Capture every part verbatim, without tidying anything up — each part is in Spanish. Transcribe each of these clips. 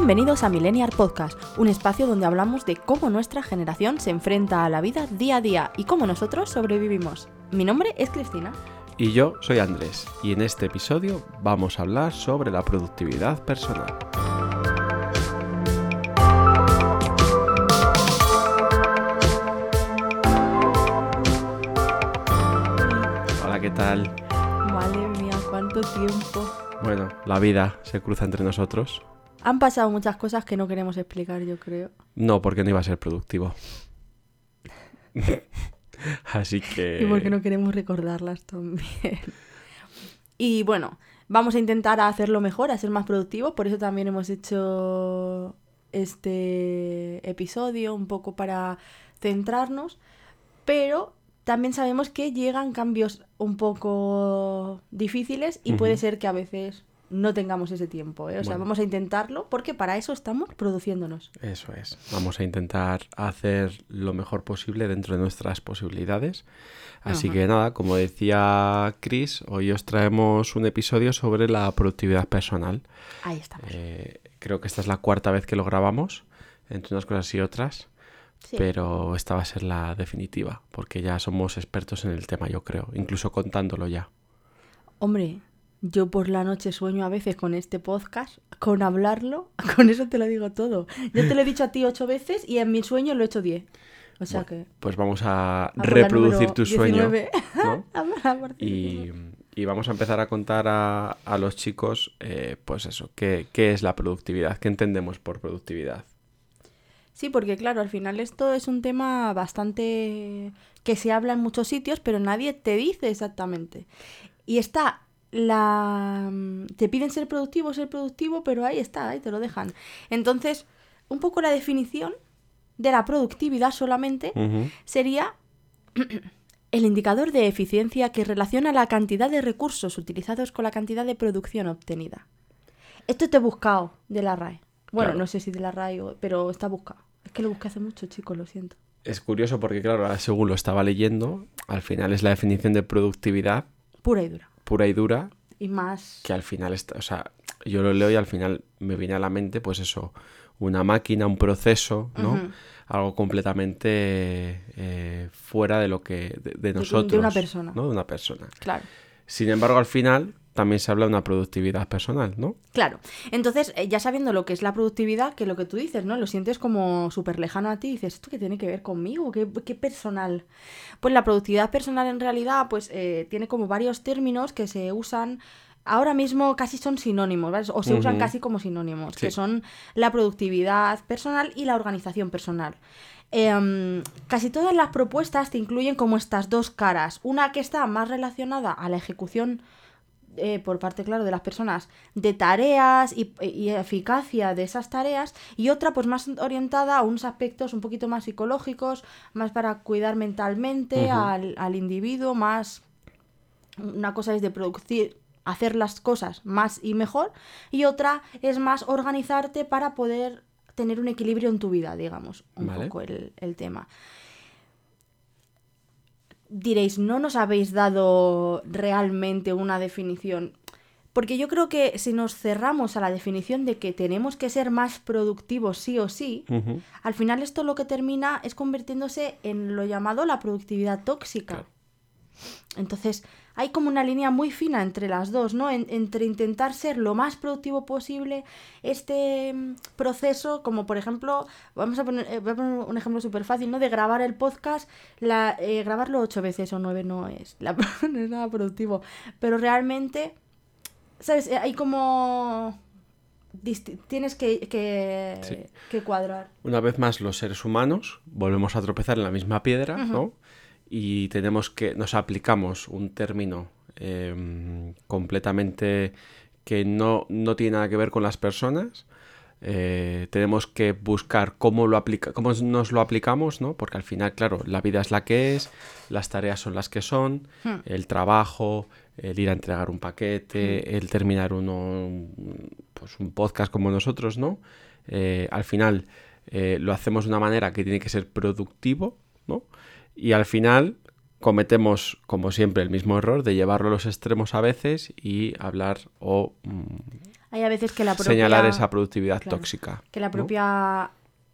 Bienvenidos a Millennial Podcast, un espacio donde hablamos de cómo nuestra generación se enfrenta a la vida día a día y cómo nosotros sobrevivimos. Mi nombre es Cristina. Y yo soy Andrés, y en este episodio vamos a hablar sobre la productividad personal. Hola, ¿qué tal? Madre mía, cuánto tiempo. Bueno, la vida se cruza entre nosotros. Han pasado muchas cosas que no queremos explicar, yo creo. No, porque no iba a ser productivo. Así que... Y porque no queremos recordarlas también. Y bueno, vamos a intentar hacerlo mejor, a ser más productivos. Por eso también hemos hecho este episodio, un poco para centrarnos. Pero también sabemos que llegan cambios un poco difíciles y uh-huh. puede ser que a veces no tengamos ese tiempo, ¿eh? O bueno. sea, vamos a intentarlo porque para eso estamos produciéndonos. Eso es. Vamos a intentar hacer lo mejor posible dentro de nuestras posibilidades. Así uh-huh. que nada, como decía Chris, hoy os traemos un episodio sobre la productividad personal. Ahí estamos. Eh, creo que esta es la cuarta vez que lo grabamos, entre unas cosas y otras. Sí. Pero esta va a ser la definitiva, porque ya somos expertos en el tema, yo creo, incluso contándolo ya. Hombre, yo por la noche sueño a veces con este podcast, con hablarlo, con eso te lo digo todo. Yo te lo he dicho a ti ocho veces y en mi sueño lo he hecho diez. O sea bueno, que... Pues vamos a, a reproducir tu sueño, ¿no? y, y vamos a empezar a contar a, a los chicos, eh, pues eso, qué, qué es la productividad, qué entendemos por productividad. Sí, porque claro, al final esto es un tema bastante que se habla en muchos sitios, pero nadie te dice exactamente. Y está la... te piden ser productivo, ser productivo, pero ahí está, ahí te lo dejan. Entonces, un poco la definición de la productividad solamente uh-huh. sería el indicador de eficiencia que relaciona la cantidad de recursos utilizados con la cantidad de producción obtenida. Esto te he buscado de la R A E. Bueno, claro. No sé si de la R A E, pero está buscado. Es que lo busqué hace mucho, chicos, lo siento. Es curioso porque, claro, ahora según lo estaba leyendo, al final es la definición de productividad pura y dura. Pura y dura. Y más... Que al final, está, o sea, yo lo leo y al final me viene a la mente, pues eso, una máquina, un proceso, ¿no? Uh-huh. Algo completamente eh, fuera de lo que... de, de nosotros. De una persona. ¿No? De una persona. Claro. Sin embargo, al final... también se habla de una productividad personal, ¿no? Claro. Entonces, ya sabiendo lo que es la productividad, que lo que tú dices, ¿no? Lo sientes como súper lejano a ti y dices, ¿esto qué tiene que ver conmigo? ¿Qué, qué personal? Pues la productividad personal en realidad, pues, eh, tiene como varios términos que se usan... Ahora mismo casi son sinónimos, ¿vale? O se uh-huh. usan casi como sinónimos, sí. Que son la productividad personal y la organización personal. Eh, casi todas las propuestas te incluyen como estas dos caras. Una que está más relacionada a la ejecución... Eh, por parte, claro, de las personas, de tareas y, y eficacia de esas tareas, y otra pues más orientada a unos aspectos un poquito más psicológicos, más para cuidar mentalmente uh-huh. al, al individuo, más una cosa es de producir, hacer las cosas más y mejor, y otra es más organizarte para poder tener un equilibrio en tu vida, digamos, un vale. poco el, el tema. Diréis, no nos habéis dado realmente una definición, porque yo creo que si nos cerramos a la definición de que tenemos que ser más productivos sí o sí, uh-huh. al final esto lo que termina es convirtiéndose en lo llamado la productividad tóxica. Claro. Entonces hay como una línea muy fina entre las dos, ¿no? En, entre intentar ser lo más productivo posible, este proceso, como por ejemplo, vamos a poner, eh, voy a poner un ejemplo súper fácil, ¿no? De grabar el podcast, la, eh, grabarlo ocho veces o nueve no es, la, no es nada productivo, pero realmente, ¿sabes? Hay como... Disti- tienes que, que, sí. que cuadrar. Una vez más, los seres humanos volvemos a tropezar en la misma piedra, uh-huh. ¿no? Y tenemos que, nos aplicamos un término eh, completamente que no, no tiene nada que ver con las personas. Eh, tenemos que buscar cómo, lo aplica, cómo nos lo aplicamos, ¿no? Porque al final, claro, la vida es la que es, las tareas son las que son, hmm. el trabajo, el ir a entregar un paquete, hmm. el terminar uno, pues un podcast como nosotros, ¿no? Eh, al final eh, lo hacemos de una manera que tiene que ser productivo, ¿no? Y al final cometemos, como siempre, el mismo error de llevarlo a los extremos a veces y hablar o... Mmm, Hay a veces que la propia... señalar esa productividad claro, tóxica. Que la ¿no? propia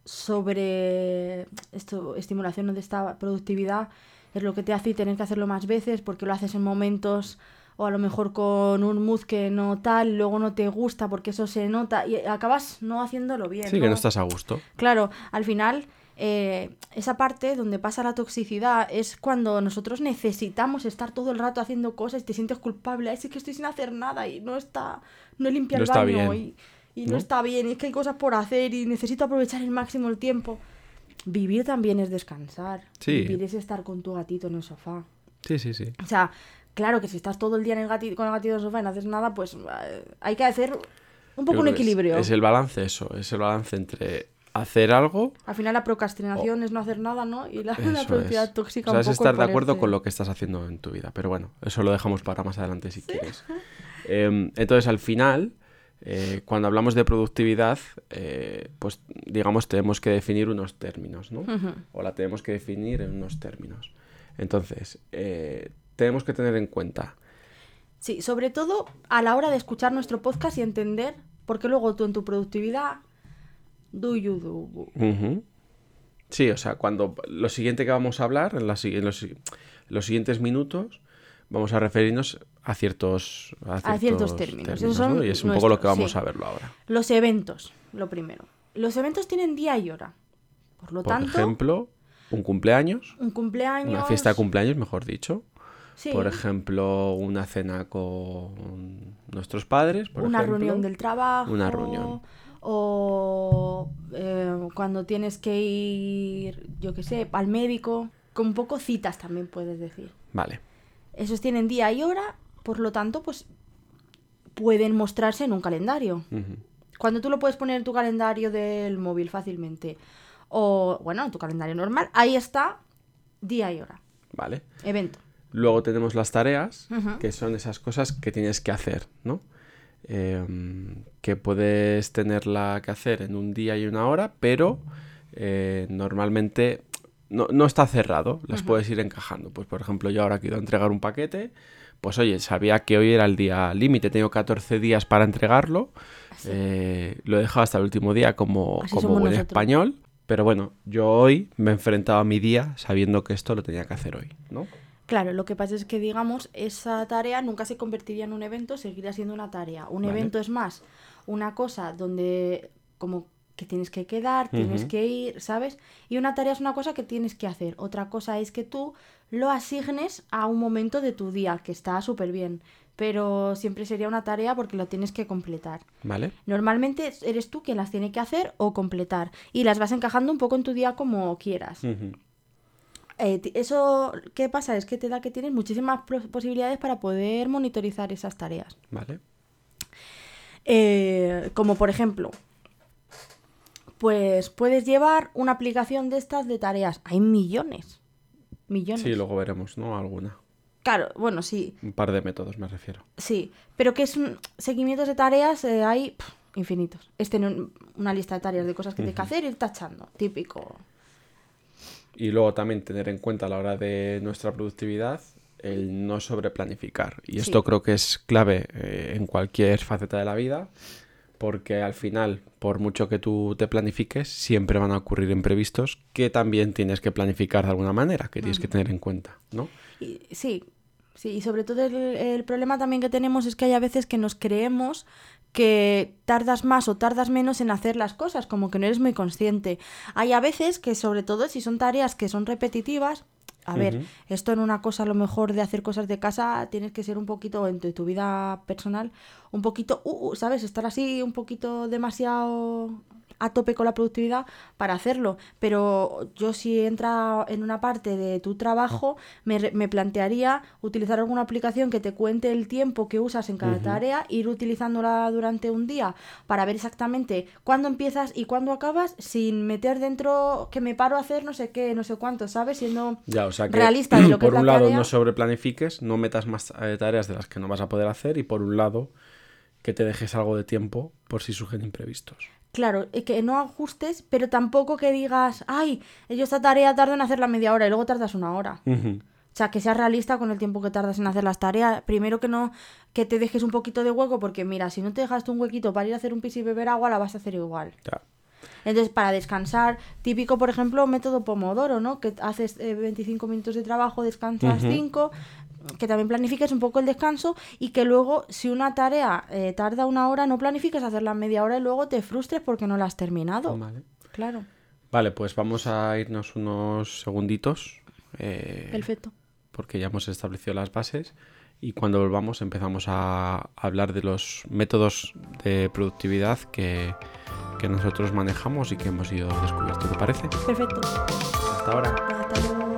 sobre esto, estimulación de esta productividad es lo que te hace tener que hacerlo más veces porque lo haces en momentos o a lo mejor con un mood que no tal, luego no te gusta porque eso se nota y acabas no haciéndolo bien. Sí, ¿no? que no estás a gusto. Claro, al final eh, esa parte donde pasa la toxicidad es cuando nosotros necesitamos estar todo el rato haciendo cosas y te sientes culpable. Ay, es que estoy sin hacer nada y no está, no he limpiado No el está baño bien, y, y no, ¿no? está bien, y es que hay cosas por hacer y necesito aprovechar el máximo el tiempo. Vivir también es descansar. Sí. Vivir es estar con tu gatito en el sofá. Sí, sí, sí. O sea, claro que si estás todo el día en el gatito, con el gatito en el sofá y no haces nada, pues eh, hay que hacer un poco Yo un creo que equilibrio. Es, es el balance eso, es el balance entre hacer algo... Al final la procrastinación es no hacer nada, ¿no? Y la, la Eso productividad es. tóxica O sea, un es poco estar de ponerse... acuerdo con lo que estás haciendo en tu vida. Pero bueno, eso lo dejamos para más adelante si quieres. Eh, entonces, al final, eh, cuando hablamos de productividad, eh, pues digamos tenemos que definir unos términos, ¿no? Ujú. O la tenemos que definir en unos términos. Entonces, eh, tenemos que tener en cuenta... Sí, sobre todo a la hora de escuchar nuestro podcast y entender por qué luego tú en tu productividad do you do. Ujú. Sí, o sea, cuando lo siguiente que vamos a hablar, en, la si- en los, en los siguientes minutos, vamos a referirnos a ciertos, a ciertos, A ciertos términos. Esos son ¿no? Y es un poco lo que nuestros, vamos sí. a verlo ahora. Los eventos, lo primero. Los eventos tienen día y hora. Por lo Por tanto, ejemplo, un cumpleaños, un cumpleaños... una fiesta de cumpleaños, mejor dicho. Sí, Por ejemplo, una cena con nuestros padres, por una ejemplo. reunión del trabajo. Una reunión. O eh, cuando tienes que ir, yo qué sé, al médico. Con un poco citas también puedes decir. Vale. Esos tienen día y hora, por lo tanto, pues pueden mostrarse en un calendario. Ujú. Cuando tú lo puedes poner en tu calendario del móvil fácilmente, o bueno, en tu calendario normal, ahí está día y hora. Vale. Evento. Luego tenemos las tareas, Ujú. que son esas cosas que tienes que hacer, ¿no? Eh, que puedes tenerla que hacer en un día y una hora, pero eh, normalmente no, no está cerrado, las Ujú. puedes ir encajando. Pues por ejemplo, yo ahora quiero entregar un paquete, pues oye, sabía que hoy era el día límite, tengo catorce días para entregarlo, Así. eh, lo he dejado hasta el último día como, Así como somos buen nosotros. español, pero bueno, yo hoy me he enfrentado a mi día sabiendo que esto lo tenía que hacer hoy, ¿no? Claro, lo que pasa es que, digamos, esa tarea nunca se convertiría en un evento, seguiría siendo una tarea. Un Vale. evento es más una cosa donde como que tienes que quedar, tienes Ujú. que ir, ¿sabes? Y una tarea es una cosa que tienes que hacer. Otra cosa es que tú lo asignes a un momento de tu día, que está súper bien. Pero siempre sería una tarea porque lo tienes que completar. ¿Vale? Normalmente eres tú quien las tiene que hacer o completar. Y las vas encajando un poco en tu día como quieras. Ujú. Eh, ti- eso, ¿qué pasa? Es que te da que tienes muchísimas pro- posibilidades para poder monitorizar esas tareas. Vale. Eh, como por ejemplo, pues puedes llevar una aplicación de estas de tareas. Hay millones. Millones. Sí, luego veremos, ¿no? Alguna. Claro, bueno, sí, Un par de métodos me refiero. sí. Pero que es un- seguimientos de tareas, eh, hay pf, infinitos. Es tener un- una lista de tareas de cosas que tienes que hacer y ir tachando. Típico. Y luego también tener en cuenta a la hora de nuestra productividad el no sobreplanificar. Y esto Sí. creo que es clave eh, en cualquier faceta de la vida, porque al final, por mucho que tú te planifiques, siempre van a ocurrir imprevistos que también tienes que planificar de alguna manera, que tienes que tener en cuenta, ¿no? Y, sí, sí, y sobre todo el, el problema también que tenemos es que hay a veces que nos creemos que tardas más o tardas menos en hacer las cosas, como que no eres muy consciente. Hay a veces que, sobre todo si son tareas que son repetitivas, a ver, Ujú. esto en una cosa a lo mejor de hacer cosas de casa tienes que ser un poquito, en tu, tu vida personal, un poquito, uh, uh, ¿sabes? Estar así un poquito demasiado a tope con la productividad para hacerlo. Pero yo si entra en una parte de tu trabajo, me, re- me plantearía utilizar alguna aplicación que te cuente el tiempo que usas en cada Ujú. tarea, ir utilizándola durante un día para ver exactamente cuándo empiezas y cuándo acabas, sin meter dentro que me paro a hacer no sé qué, no sé cuánto, ¿sabes? Siendo Ya, o sea que realista de lo que por es un la lado tarea. no sobreplanifiques, no metas más eh, tareas de las que no vas a poder hacer, y por un lado que te dejes algo de tiempo por si surgen imprevistos. Claro, eh, que no ajustes, pero tampoco que digas, ay, yo esta tarea tardo en hacerla media hora y luego tardas una hora. Ujú. O sea, que seas realista con el tiempo que tardas en hacer las tareas. Primero que no, que te dejes un poquito de hueco, porque mira, si no te dejaste un huequito para ir a hacer un pis y beber agua, la vas a hacer igual. Ya. Entonces, para descansar, típico, por ejemplo, método Pomodoro, ¿no? Que haces eh, veinticinco minutos de trabajo, descansas Ujú. cinco, que también planifiques un poco el descanso y que luego, si una tarea eh, tarda una hora, no planifiques hacerla en media hora y luego te frustres porque no la has terminado. Vale. Claro, Vale, pues vamos a irnos unos segunditos. eh, perfecto. Porque ya hemos establecido las bases. Y cuando volvamos empezamos a hablar de los métodos de productividad que, que nosotros manejamos y que hemos ido descubierto. ¿Te parece? Perfecto. Hasta ahora. Hasta luego.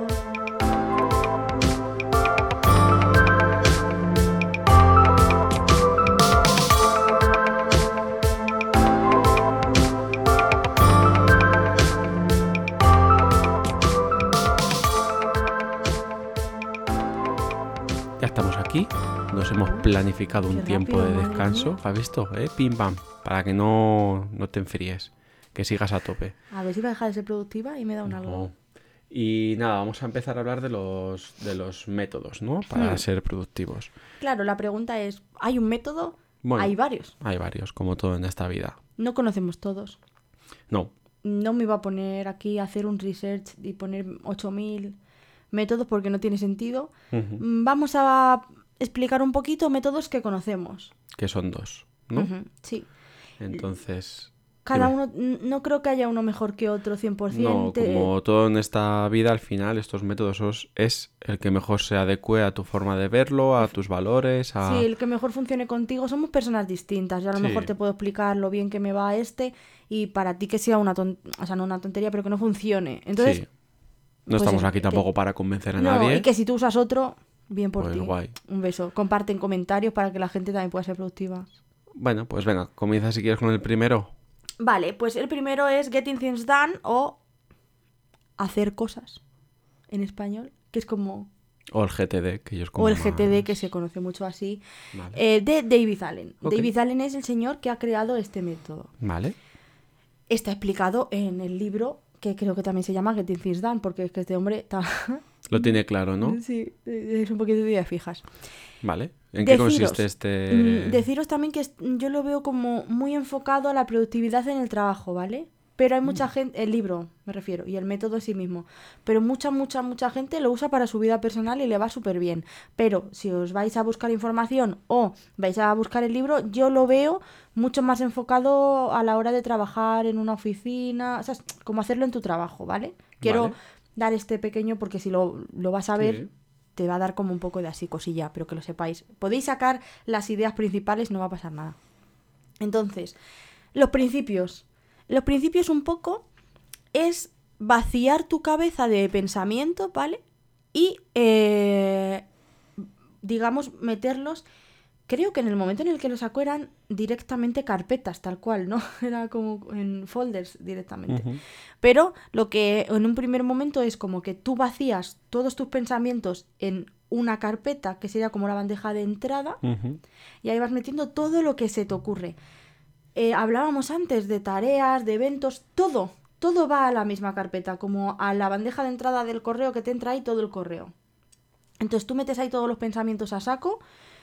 Ya estamos aquí. Nos hemos planificado un Qué tiempo rápido, de madre descanso. mía. ¿Has visto? ¿Eh? Pim pam. Para que no, no te enfríes. Que sigas a tope. A ver si va a dejar de ser productiva y me da un algo. No. Y nada, vamos a empezar a hablar de los, de los métodos, ¿no? Para Hmm. ser productivos. Claro, la pregunta es, ¿hay un método? Bueno. Hay varios. Hay varios, como todo en esta vida. No conocemos todos. No. No me iba a poner aquí a hacer un research y poner ocho mil métodos porque no tiene sentido. Ujú. Mm, Vamos a explicar un poquito métodos que conocemos. Que son dos, ¿no? Ujú, sí. Entonces... Cada dime. uno, n- no creo que haya uno mejor que otro cien por ciento. No, Te- como todo en esta vida, al final estos métodos os- es el que mejor se adecue a tu forma de verlo, a tus valores, a... Sí, el que mejor funcione contigo. Somos personas distintas. Yo a lo Sí. mejor te puedo explicar lo bien que me va este y para ti que sea una ton- o sea, no una tontería, pero que no funcione. Entonces, Sí. No pues estamos eso, aquí que- tampoco para convencer a no, nadie. y que si tú usas otro, bien por Pues ti. guay. Un beso. Comparte en comentarios para que la gente también pueda ser productiva. Bueno, pues venga, comienza si quieres con el primero. Vale, pues el primero es Getting Things Done o hacer cosas en español, que es como... O el G T D, que ellos como O el G T D, más- que se conoce mucho así, Vale. eh, de David Allen. Ok. David Allen es el señor que ha creado este método. Vale. Está explicado en el libro, que creo que también se llama Getting Things Done, porque es que este hombre está... Lo tiene claro, ¿no? Sí, es un poquito de ideas fijas. Vale. ¿En qué Deciros, consiste este...? mm, Deciros también que es- yo lo veo como muy enfocado a la productividad en el trabajo, ¿vale? Pero hay mucha gente, el libro me refiero, y el método en sí mismo, pero mucha, mucha, mucha gente lo usa para su vida personal y le va súper bien. Pero si os vais a buscar información o vais a buscar el libro, yo lo veo mucho más enfocado a la hora de trabajar en una oficina, o sea, es como hacerlo en tu trabajo, ¿vale? Quiero Vale. dar este pequeño porque si lo, lo vas a ver... Sí. te va a dar como un poco de así cosilla, pero que lo sepáis. Podéis sacar las ideas principales, no va a pasar nada. Entonces, los principios. Los principios un poco es vaciar tu cabeza de pensamiento, ¿vale? Y, eh, digamos, meterlos... Creo que en el momento en el que lo sacó eran directamente carpetas, tal cual, ¿no? Era como en folders directamente. Ujú. Pero lo que en un primer momento es como que tú vacías todos tus pensamientos en una carpeta, que sería como la bandeja de entrada, Ujú. y ahí vas metiendo todo lo que se te ocurre. Eh, hablábamos antes de tareas, de eventos, todo, todo va a la misma carpeta, como a la bandeja de entrada del correo que te entra ahí todo el correo. Entonces tú metes ahí todos los pensamientos a saco,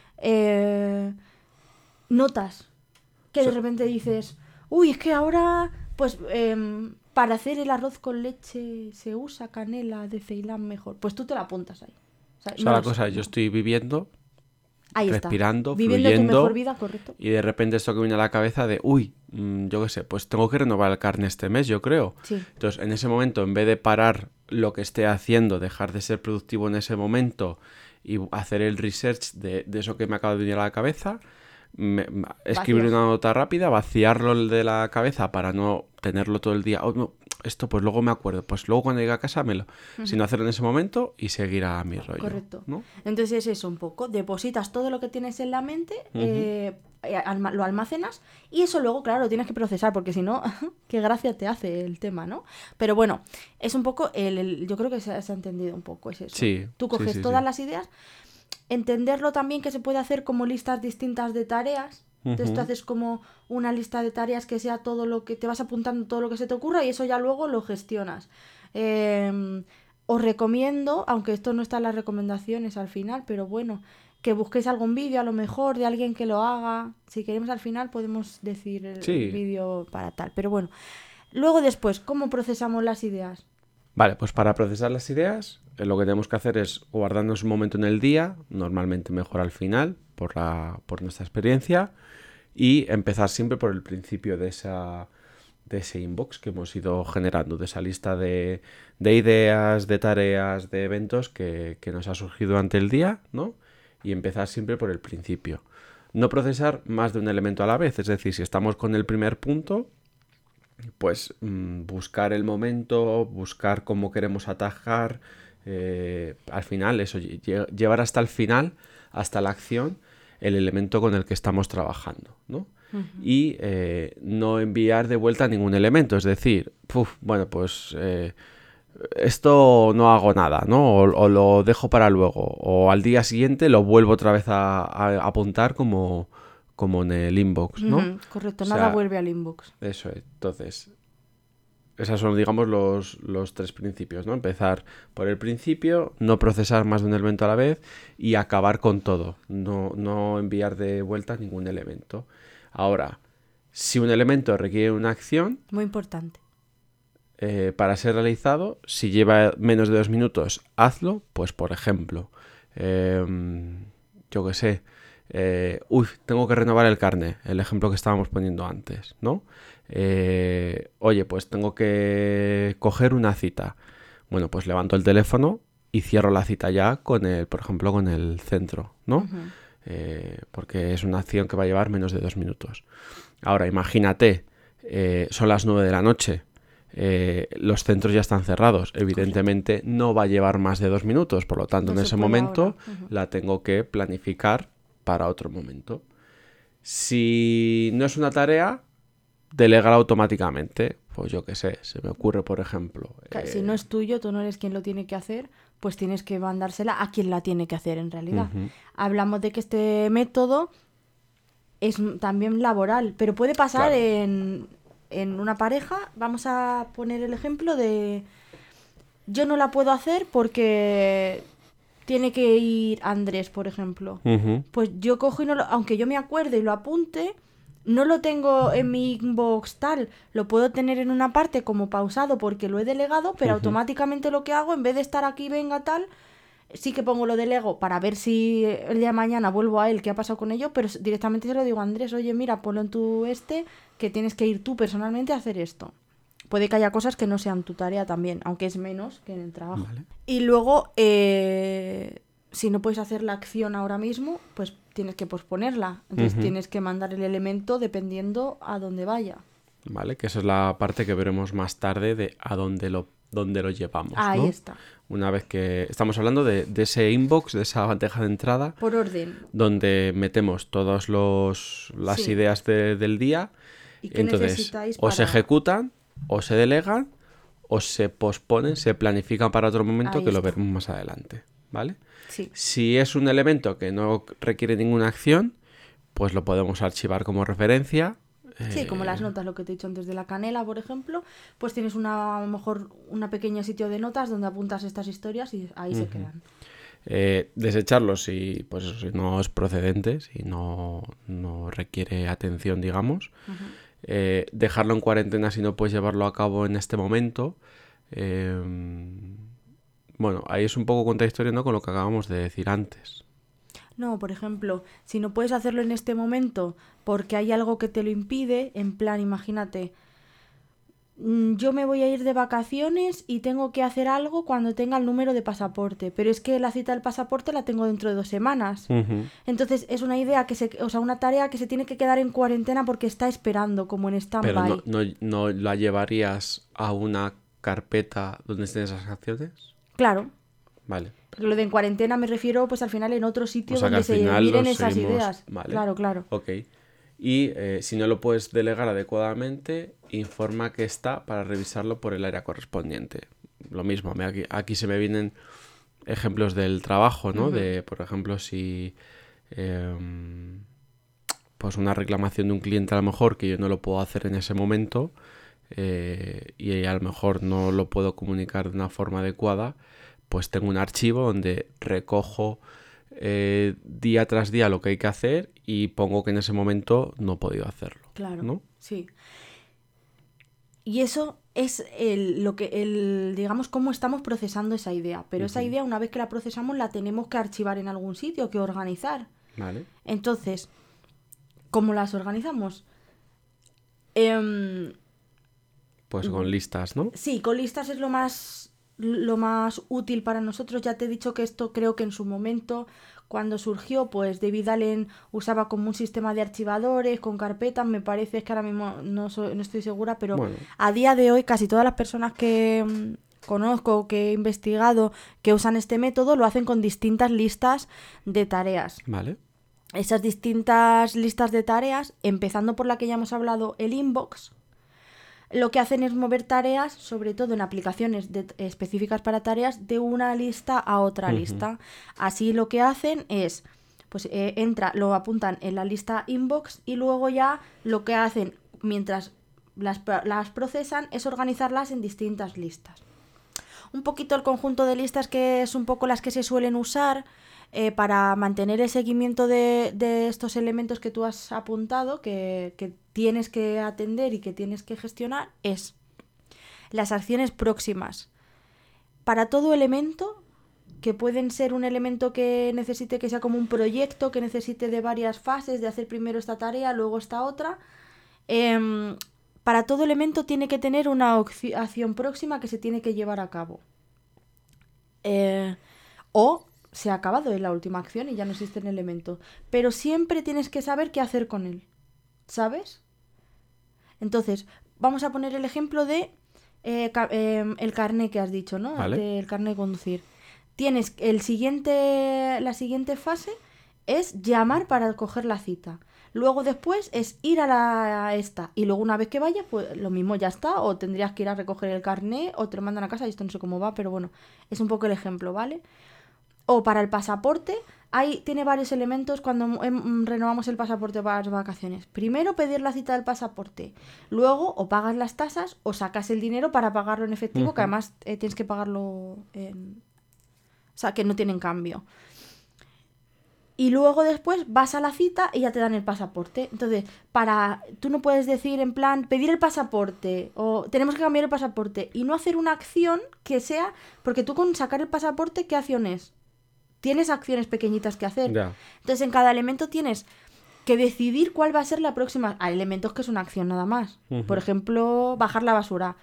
eh, notas, que O de sea- repente dices, uy, es que ahora, pues, em, para hacer el arroz con leche se usa canela de Ceilán mejor. Pues tú te la apuntas ahí. O sea, O sea, no la lo sé, cosa es, yo no. estoy viviendo Ahí está. respirando, Viviendo fluyendo, tu mejor vida, correcto. y de repente esto que viene a la cabeza de, uy, mm, yo qué sé, pues tengo que renovar el carne este mes, yo creo. Sí. Entonces, en ese momento, en vez de parar lo que esté haciendo, dejar de ser productivo en ese momento y hacer el research de, de eso que me acaba de venir a la cabeza, me- me- escribir Vacías. una nota rápida, vaciarlo de la cabeza para no tenerlo todo el día. Oh, no, esto pues luego me acuerdo, pues luego cuando llegue a casa me lo... Sino hacerlo en ese momento y seguir a mi rollo. Correcto. ¿no? Entonces es eso un poco. Depositas todo lo que tienes en la mente, eh, eh, alma- lo almacenas y eso luego, claro, lo tienes que procesar porque si no, qué gracia te hace el tema, ¿no? Pero bueno, es un poco, el, el- yo creo que se, ha- se ha entendido un poco, es eso. Sí, Tú sí, coges sí, todas sí. las ideas, entenderlo también que se puede hacer como listas distintas de tareas. Entonces tú Ujú. haces como una lista de tareas que sea todo lo que te vas apuntando, todo lo que se te ocurra y eso ya luego lo gestionas. Eh, os recomiendo, aunque esto no está en las recomendaciones al final, pero bueno, que busquéis algún vídeo a lo mejor de alguien que lo haga. Si queremos al final podemos decir el Sí. vídeo para tal. Pero bueno, luego después, ¿cómo procesamos las ideas? Vale, pues para procesar las ideas, eh, lo que tenemos que hacer es guardarnos un momento en el día, normalmente mejor al final, por, la, por nuestra experiencia, y empezar siempre por el principio de esa... de ese inbox que hemos ido generando, de esa lista de, de ideas, de tareas, de eventos que, que nos ha surgido durante el día, ¿no? Y empezar siempre por el principio. No procesar más de un elemento a la vez, es decir, si estamos con el primer punto, pues mmm, buscar el momento, buscar cómo queremos atajar, eh, al final eso, lle- llevar hasta el final, hasta la acción, el elemento con el que estamos trabajando, ¿no? Uh-huh. Y eh, no enviar de vuelta ningún elemento, es decir, puf, bueno, pues eh, esto no hago nada, ¿no? O, o lo dejo para luego, o al día siguiente lo vuelvo otra vez a, a apuntar como, como en el inbox, ¿no? Uh-huh, correcto, o nada sea, vuelve al inbox. Eso es, entonces, esos son, digamos, los, los tres principios, ¿no? Empezar por el principio, no procesar más de un elemento a la vez y acabar con todo, no, no enviar de vuelta ningún elemento. Ahora, si un elemento requiere una acción... Muy importante. Eh, para ser realizado, si lleva menos de dos minutos, hazlo. Pues, por ejemplo, eh, yo qué sé, eh, uy, tengo que renovar el carné, el ejemplo que estábamos poniendo antes, ¿no? Eh, oye, pues tengo que coger una cita. Bueno, pues levanto el teléfono y cierro la cita ya con el, por ejemplo, con el centro, ¿no? Uh-huh. Eh, porque es una acción que va a llevar menos de dos minutos. Ahora, imagínate, eh, son las nueve de la noche, eh, los centros ya están cerrados, evidentemente Correcto. No va a llevar más de dos minutos, por lo tanto, no en ese momento uh-huh. la tengo que planificar para otro momento. Si no es una tarea, delegar automáticamente. Pues yo qué sé, se me ocurre, por ejemplo... Claro, eh... Si no es tuyo, tú no eres quien lo tiene que hacer, pues tienes que mandársela a quien la tiene que hacer en realidad. Uh-huh. Hablamos de que este método es también laboral, pero puede pasar claro. en, en una pareja. Vamos a poner el ejemplo de... Yo no la puedo hacer porque... tiene que ir Andrés, por ejemplo. Uh-huh. Pues yo cojo y no lo... Aunque yo me acuerde y lo apunte... No lo tengo en mi inbox tal, lo puedo tener en una parte como pausado porque lo he delegado, pero uh-huh. automáticamente lo que hago, en vez de estar aquí, venga tal, sí que pongo lo delego para ver si el día de mañana vuelvo a él, qué ha pasado con ello, pero directamente se lo digo a Andrés, oye, mira, ponlo en tu este, que tienes que ir tú personalmente a hacer esto. Puede que haya cosas que no sean tu tarea también, aunque es menos que en el trabajo. Vale. Y luego, eh, si no puedes hacer la acción ahora mismo, pues tienes que posponerla. Entonces uh-huh. tienes que mandar el elemento dependiendo a dónde vaya. Vale, que esa es la parte que veremos más tarde de a dónde lo, dónde lo llevamos. Ahí ¿no? está. Una vez que estamos hablando de, de ese inbox, de esa bandeja de entrada. Por orden. Donde metemos todas las sí. ideas de, del día. ¿Y qué Entonces, necesitáis o para... se ejecutan, o se delegan, o se posponen, se planifican para otro momento. Ahí que está. Lo veremos más adelante. ¿Vale? Sí. Si es un elemento que no requiere ninguna acción, pues lo podemos archivar como referencia. Sí, eh... como las notas, lo que te he dicho antes de la canela, por ejemplo, pues tienes una, a lo mejor una pequeña sitio de notas donde apuntas estas historias y ahí uh-huh. se quedan. Eh, desecharlo si, pues eso, si no es procedente, si no, no requiere atención, digamos. Uh-huh. Eh, dejarlo en cuarentena si no puedes llevarlo a cabo en este momento. Eh... Bueno, ahí es un poco contradictorio, ¿no?, con lo que acabamos de decir antes. No, por ejemplo, si no puedes hacerlo en este momento porque hay algo que te lo impide, en plan, imagínate, yo me voy a ir de vacaciones y tengo que hacer algo cuando tenga el número de pasaporte, pero es que la cita del pasaporte la tengo dentro de dos semanas. Uh-huh. Entonces es una idea que se, o sea, una tarea que se tiene que quedar en cuarentena porque está esperando, como en stand-by. Pero no, no, no la llevarías a una carpeta donde estén esas acciones. Claro. Vale. Porque lo de en cuarentena me refiero, pues al final en otro sitio o sea, donde se miren esas seguimos... ideas. Vale. Claro, claro. Ok. Y eh, si no lo puedes delegar adecuadamente, informa que está para revisarlo por el área correspondiente. Lo mismo, aquí, aquí se me vienen ejemplos del trabajo, ¿no? Uh-huh. De, por ejemplo, si eh, pues una reclamación de un cliente a lo mejor que yo no lo puedo hacer en ese momento, eh, y a lo mejor no lo puedo comunicar de una forma adecuada, pues tengo un archivo donde recojo eh, día tras día lo que hay que hacer y pongo que en ese momento no he podido hacerlo. Claro, ¿no? sí. Y eso es el, lo que el, digamos, cómo estamos procesando esa idea. Pero uh-huh. esa idea, una vez que la procesamos, la tenemos que archivar en algún sitio, que organizar. Vale. Entonces, ¿cómo las organizamos? Eh, pues con listas, ¿no? Sí, con listas es lo más, lo más útil para nosotros. Ya te he dicho que esto creo que en su momento, cuando surgió, pues David Allen usaba como un sistema de archivadores con carpetas, me parece, es que ahora mismo no, soy, no estoy segura, pero bueno. A día de hoy casi todas las personas que mmm, conozco, que he investigado, que usan este método, lo hacen con distintas listas de tareas. Vale. Esas distintas listas de tareas, empezando por la que ya hemos hablado, el inbox, lo que hacen es mover tareas, sobre todo en aplicaciones de, específicas para tareas, de una lista a otra uh-huh. lista. Así lo que hacen es, pues eh, entra, lo apuntan en la lista inbox y luego ya lo que hacen mientras las, las procesan es organizarlas en distintas listas. Un poquito el conjunto de listas que es un poco las que se suelen usar eh, para mantener el seguimiento de, de estos elementos que tú has apuntado, que, que tienes que atender y que tienes que gestionar, es las acciones próximas. Para todo elemento, que pueden ser un elemento que necesite que sea como un proyecto, que necesite de varias fases, de hacer primero esta tarea, luego esta otra, eh, para todo elemento tiene que tener una acción próxima que se tiene que llevar a cabo. Eh, o se ha acabado en la última acción y ya no existe el elemento. Pero siempre tienes que saber qué hacer con él. ¿Sabes? Entonces, vamos a poner el ejemplo de eh, ca- eh, el carné que has dicho, ¿no? Vale. Del carné de conducir. Tienes el siguiente, la siguiente fase es llamar para coger la cita. Luego después es ir a la a esta. Y luego una vez que vayas, pues lo mismo ya está. O tendrías que ir a recoger el carné o te lo mandan a casa. Y esto no sé cómo va, pero bueno, es un poco el ejemplo, ¿vale? O para el pasaporte, ahí tiene varios elementos cuando em, renovamos el pasaporte para las vacaciones. Primero pedir la cita del pasaporte. Luego o pagas las tasas o sacas el dinero para pagarlo en efectivo, uh-huh. que además eh, tienes que pagarlo en... O sea, que no tienen cambio. Y luego después vas a la cita y ya te dan el pasaporte. Entonces, para tú no puedes decir en plan pedir el pasaporte o tenemos que cambiar el pasaporte y no hacer una acción que sea... Porque tú con sacar el pasaporte, ¿qué acción es? Tienes acciones pequeñitas que hacer. Yeah. Entonces, en cada elemento tienes que decidir cuál va a ser la próxima. Hay elementos que es una acción nada más. Uh-huh. Por ejemplo, bajar la basura.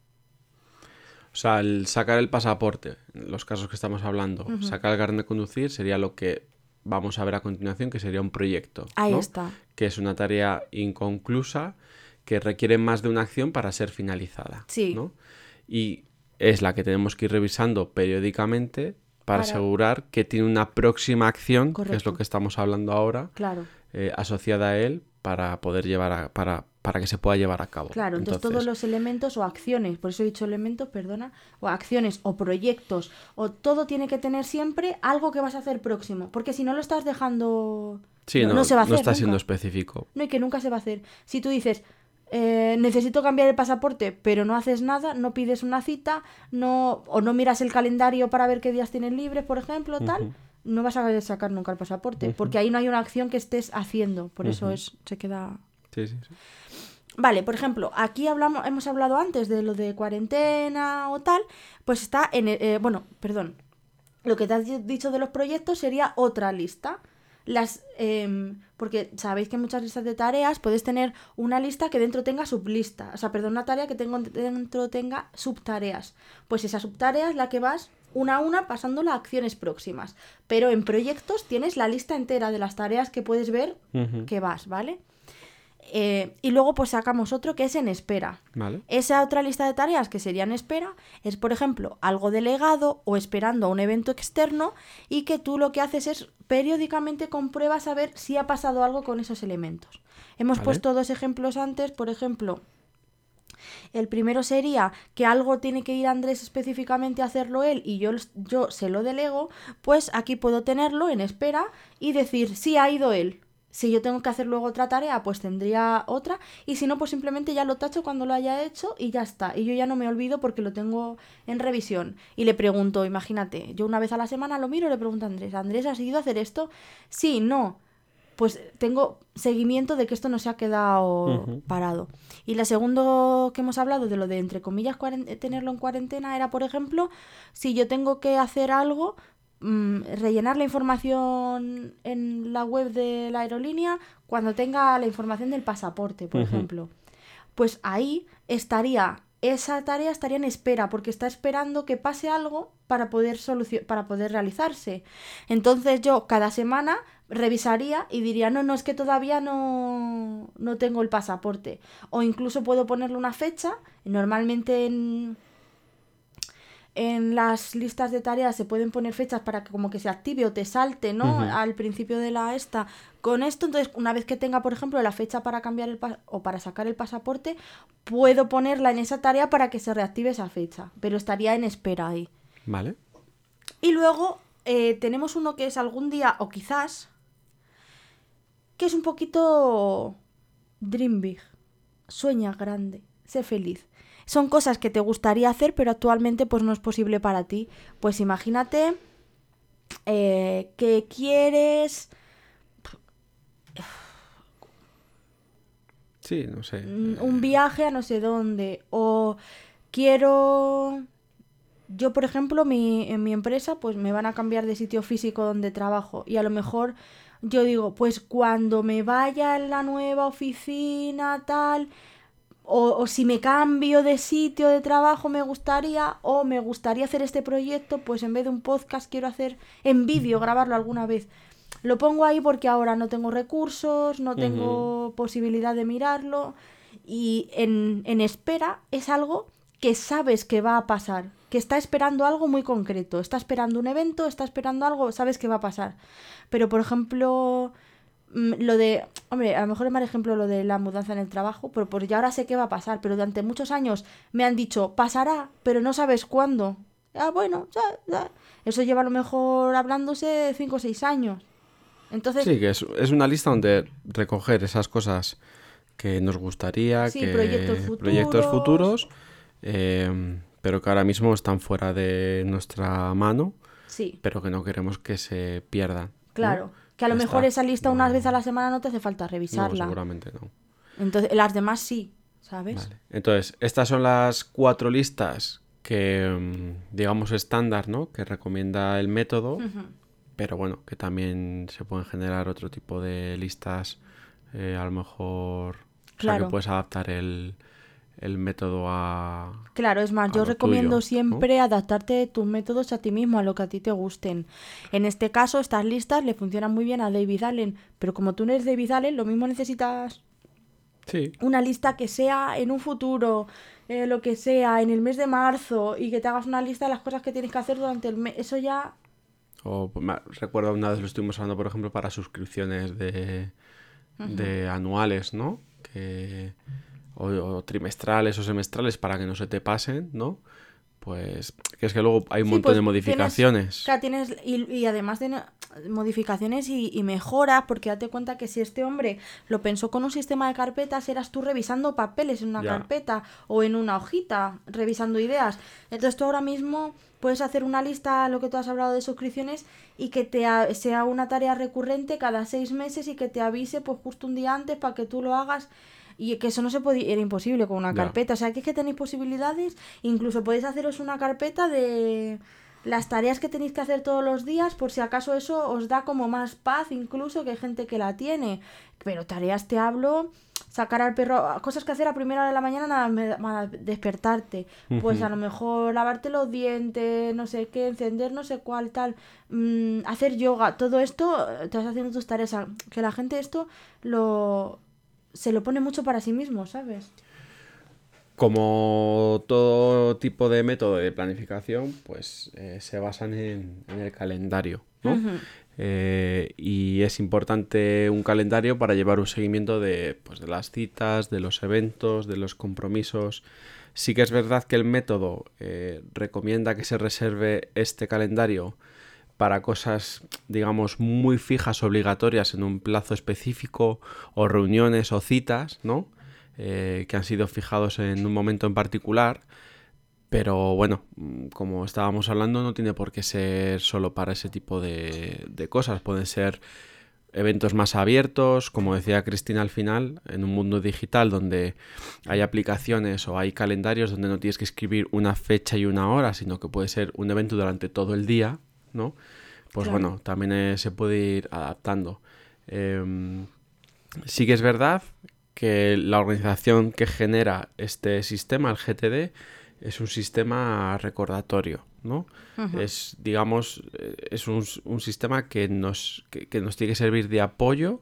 O sea, el sacar el pasaporte, los casos que estamos hablando, uh-huh. sacar el carnet de conducir sería lo que vamos a ver a continuación, que sería un proyecto. Ahí ¿no? está. Que es una tarea inconclusa que requiere más de una acción para ser finalizada. Sí. ¿no? Y es la que tenemos que ir revisando periódicamente para, para asegurar que tiene una próxima acción, Correcto. Que es lo que estamos hablando ahora, claro. eh, asociada a él para poder llevar a, para, para que se pueda llevar a cabo. Claro, entonces, entonces todos los elementos o acciones, por eso he dicho elementos, perdona, o acciones o proyectos, o todo tiene que tener siempre algo que vas a hacer próximo, porque si no lo estás dejando... Sí, no, no, no se va a hacer. No está nunca. Siendo específico. No, y que nunca se va a hacer. Si tú dices... Eh, necesito cambiar el pasaporte, pero no haces nada, no pides una cita, no o no miras el calendario para ver qué días tienes libres, por ejemplo, tal, uh-huh. no vas a sacar nunca el pasaporte, uh-huh. porque ahí no hay una acción que estés haciendo, por uh-huh. eso es se queda... Sí, sí, sí. Vale, por ejemplo, aquí hablamos, hemos hablado antes de lo de cuarentena o tal, pues está en... El, eh, bueno, perdón, lo que te has dicho de los proyectos sería otra lista. Las eh, porque sabéis que en muchas listas de tareas puedes tener una lista que dentro tenga sublista, o sea, perdón, una tarea que tengo, dentro tenga subtareas. Pues esa subtarea es la que vas una a una pasándola a acciones próximas. Pero en proyectos tienes la lista entera de las tareas que puedes ver uh-huh. que vas, ¿vale? Eh, y luego pues sacamos otro que es en espera. Vale. Esa otra lista de tareas que sería en espera es, por ejemplo, algo delegado o esperando a un evento externo y que tú lo que haces es periódicamente compruebas a ver si ha pasado algo con esos elementos. Hemos vale. puesto dos ejemplos antes, por ejemplo, el primero sería que algo tiene que ir Andrés específicamente a hacerlo él y yo, yo se lo delego, pues aquí puedo tenerlo en espera y decir si ha ido él. Si yo tengo que hacer luego otra tarea, pues tendría otra. Y si no, pues simplemente ya lo tacho cuando lo haya hecho y ya está. Y yo ya no me olvido porque lo tengo en revisión. Y le pregunto, imagínate, yo una vez a la semana lo miro y le pregunto a Andrés, ¿Andrés has ido a hacer esto? Sí, no. Pues tengo seguimiento de que esto no se ha quedado Ujú. parado. Y la segundo que hemos hablado de lo de, entre comillas, cuaren- tenerlo en cuarentena era, por ejemplo, si yo tengo que hacer algo, mm, rellenar la información en la web de la aerolínea cuando tenga la información del pasaporte, por Ujú. ejemplo. Pues ahí estaría, esa tarea estaría en espera, porque está esperando que pase algo para poder solucio- para poder realizarse. Entonces yo cada semana revisaría y diría, no, no, es que todavía no, no tengo el pasaporte. O incluso puedo ponerle una fecha, normalmente en en las listas de tareas se pueden poner fechas para que como que se active o te salte, ¿no? Ujú. Al principio de la esta. Con esto, entonces, una vez que tenga, por ejemplo, la fecha para cambiar el pas- o para sacar el pasaporte, puedo ponerla en esa tarea para que se reactive esa fecha. Pero estaría en espera ahí. Vale. Y luego eh, tenemos uno que es algún día, o quizás, que es un poquito dream big. Sueña grande, sé feliz. Son cosas que te gustaría hacer, pero actualmente pues no es posible para ti. Pues imagínate eh, que quieres Sí, no sé. mm, un eh, viaje a no sé dónde. O quiero... Yo, por ejemplo, mi, en mi empresa, pues me van a cambiar de sitio físico donde trabajo. Y a lo mejor yo digo, pues cuando me vaya a la nueva oficina, tal, O, o si me cambio de sitio de trabajo me gustaría, o me gustaría hacer este proyecto, pues en vez de un podcast quiero hacer en vídeo, grabarlo alguna vez. Lo pongo ahí porque ahora no tengo recursos, no ujú. tengo posibilidad de mirarlo y en, en espera es algo que sabes que va a pasar, que está esperando algo muy concreto, está esperando un evento, está esperando algo, sabes que va a pasar. Pero por ejemplo, mm, lo de, hombre, a lo mejor es mal ejemplo lo de la mudanza en el trabajo, pero pues ya ahora sé qué va a pasar, pero durante muchos años me han dicho, pasará, pero no sabes cuándo. Ah, bueno, ya, ya. Eso lleva a lo mejor hablándose cinco o seis años. Entonces, Sí, que es, es una lista donde recoger esas cosas que nos gustaría, sí, proyectos que proyectos futuros, futuros, eh, pero que ahora mismo están fuera de nuestra mano, sí, pero que no queremos que se pierdan, ¿no? claro. Que a lo Ya mejor está. esa lista una vez a No, la semana no te hace falta no, revisarla. seguramente no. Entonces, las demás sí, ¿sabes? Vale. Entonces, estas son las cuatro listas que, mm, digamos, estándar, ¿no? Que recomienda el método, pero bueno, que también se pueden generar otro tipo de listas, eh, a lo mejor, o sea, que Claro. puedes adaptar el, el método a, Claro, es más, a yo lo recomiendo tuyo, ¿no? siempre adaptarte tus métodos a ti mismo, a lo que a ti te gusten. En este caso, estas listas le funcionan muy bien a David Allen, pero como tú no eres David Allen, lo mismo necesitas Sí. una lista que sea en un futuro, eh, lo que sea, en el mes de marzo, y que te hagas una lista de las cosas que tienes que hacer durante el mes. Eso ya... O pues, me- recuerdo una vez lo estuvimos hablando, por ejemplo, para suscripciones de, de anuales, ¿no? Que, o, o trimestrales o semestrales para que no se te pasen, ¿no? Pues que es que luego hay un Sí, montón de pues tienes, modificaciones. claro, tienes y, y además de no- modificaciones y, y mejoras, porque date cuenta que si este hombre lo pensó con un sistema de carpetas, eras tú revisando papeles en una Ya. carpeta o en una hojita, revisando ideas. Entonces tú ahora mismo puedes hacer una lista, lo que tú has hablado de suscripciones, y que te a- sea una tarea recurrente cada seis meses y que te avise pues justo un día antes para que tú lo hagas. Y que eso no se podía, era imposible con una Ya. carpeta. O sea, que es que tenéis posibilidades. Incluso podéis haceros una carpeta de las tareas que tenéis que hacer todos los días, por si acaso eso os da como más paz, incluso que hay gente que la tiene. Pero tareas te hablo, sacar al perro, cosas que hacer a primera hora de la mañana nada más más despertarte. Pues a Ujú. lo mejor lavarte los dientes, no sé qué, encender no sé cuál, tal, mm, hacer yoga, todo esto, eh, te vas haciendo tus tareas. A- Que la gente esto lo se lo pone mucho para sí mismo, ¿sabes? Como todo tipo de método de planificación, pues eh, se basan en, en el calendario, ¿no? Ujú. Eh, y es importante un calendario para llevar un seguimiento de, pues, de las citas, de los eventos, de los compromisos. Sí que es verdad que el método eh, recomienda que se reserve este calendario para cosas, digamos, muy fijas, obligatorias en un plazo específico, o reuniones o citas, ¿no? Eh, que han sido fijados en un momento en particular. Pero bueno, como estábamos hablando, no tiene por qué ser solo para ese tipo de, de cosas. Pueden ser eventos más abiertos, como decía Cristina al final, en un mundo digital donde hay aplicaciones o hay calendarios donde no tienes que escribir una fecha y una hora, sino que puede ser un evento durante todo el día, ¿no? Pues claro. Bueno, también eh, se puede ir adaptando. Eh, sí que es verdad que la organización que genera este sistema, el G T D, es un sistema recordatorio, ¿no? Uh-huh. Es, digamos, es un, un sistema que nos, que, que nos tiene que servir de apoyo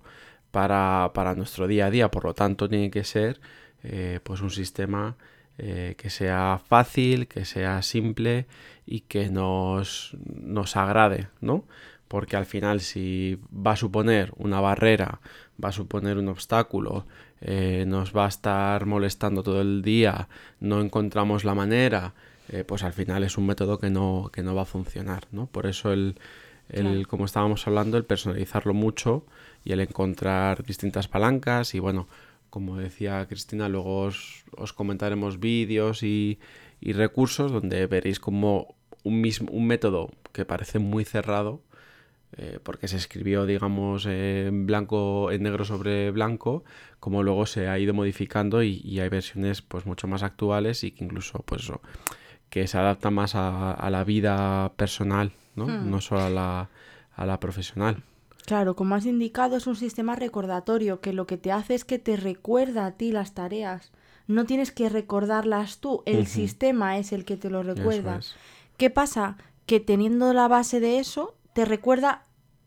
para, para nuestro día a día. Por lo tanto, tiene que ser eh, pues un sistema eh, que sea fácil, que sea simple y que nos, nos agrade, ¿no? Porque al final, si va a suponer una barrera, va a suponer un obstáculo, eh, nos va a estar molestando todo el día, no encontramos la manera, eh, pues al final es un método que no, que no va a funcionar, ¿no? Por eso el, el claro. como estábamos hablando, el personalizarlo mucho y el encontrar distintas palancas y bueno, como decía Cristina, luego os, os comentaremos vídeos y, y recursos donde veréis como un, mismo, un método que parece muy cerrado, Eh, porque se escribió, digamos, eh, en blanco, en negro sobre blanco, como luego se ha ido modificando y, y hay versiones pues mucho más actuales y que incluso pues eso, que se adaptan más a, a la vida personal, ¿no? Hmm. No solo a la, a la profesional. Claro, como has indicado, es un sistema recordatorio que lo que te hace es que te recuerda a ti las tareas. No tienes que recordarlas tú, el uh-huh. sistema es el que te lo recuerda. Es. ¿Qué pasa? Que teniendo la base de eso, te recuerda,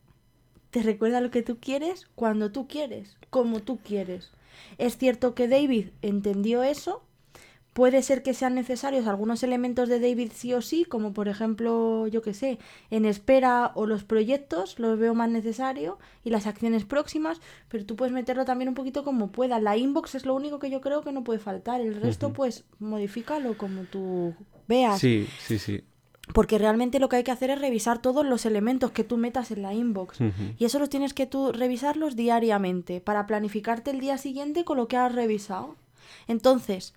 te recuerda lo que tú quieres cuando tú quieres, como tú quieres. Es cierto que David entendió eso. Puede ser que sean necesarios algunos elementos de David sí o sí, como por ejemplo, yo qué sé, en espera o los proyectos, los veo más necesario, y las acciones próximas, pero tú puedes meterlo también un poquito como puedas. La inbox es lo único que yo creo que no puede faltar, el resto uh-huh. pues modifícalo como tú veas. Sí, sí, sí. Porque realmente lo que hay que hacer es revisar todos los elementos que tú metas en la inbox. Uh-huh. Y eso los tienes que tú revisarlos diariamente para planificarte el día siguiente con lo que has revisado. Entonces,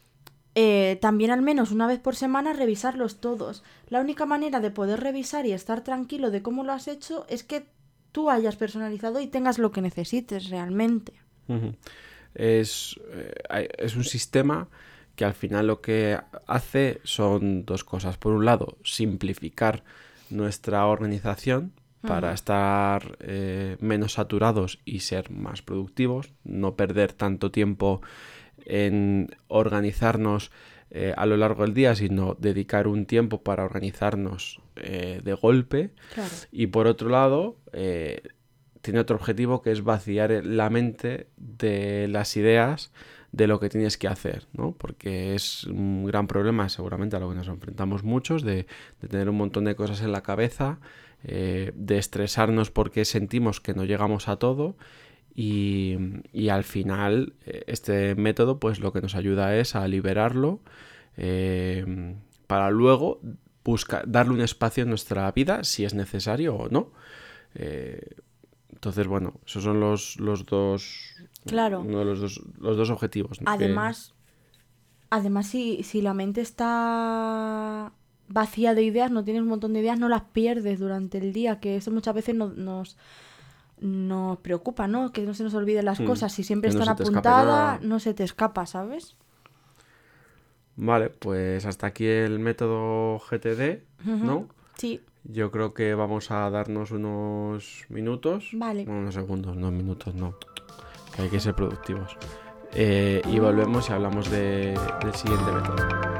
eh, también al menos una vez por semana revisarlos todos. La única manera de poder revisar y estar tranquilo de cómo lo has hecho es que tú hayas personalizado y tengas lo que necesites realmente. Uh-huh. Es, eh, es un sistema que al final lo que hace son dos cosas. Por un lado, simplificar nuestra organización para uh-huh. estar eh, menos saturados y ser más productivos, no perder tanto tiempo en organizarnos eh, a lo largo del día, sino dedicar un tiempo para organizarnos eh, de golpe. Claro. Y por otro lado, eh, tiene otro objetivo que es vaciar la mente de las ideas de lo que tienes que hacer, ¿no? Porque es un gran problema seguramente a lo que nos enfrentamos muchos, de, de tener un montón de cosas en la cabeza, eh, de estresarnos porque sentimos que no llegamos a todo y, y al final este método pues lo que nos ayuda es a liberarlo eh, para luego buscar, darle un espacio en nuestra vida si es necesario o no. Eh, entonces, bueno, esos son los, los dos... Claro. Uno de los dos, los dos objetivos, ¿no? Además, que... además si, si la mente está vacía de ideas, no tienes un montón de ideas, no las pierdes durante el día, que eso muchas veces no, nos, nos preocupa, ¿no? Que no se nos olviden las mm, cosas. Si siempre están no apuntadas, no se te escapa, ¿sabes? Vale, pues hasta aquí el método G T D, uh-huh. ¿no? Sí. Yo creo que vamos a darnos unos minutos. Vale. Bueno, unos segundos, no minutos, no. Que hay que ser productivos. Eh, y volvemos y hablamos de, del siguiente método.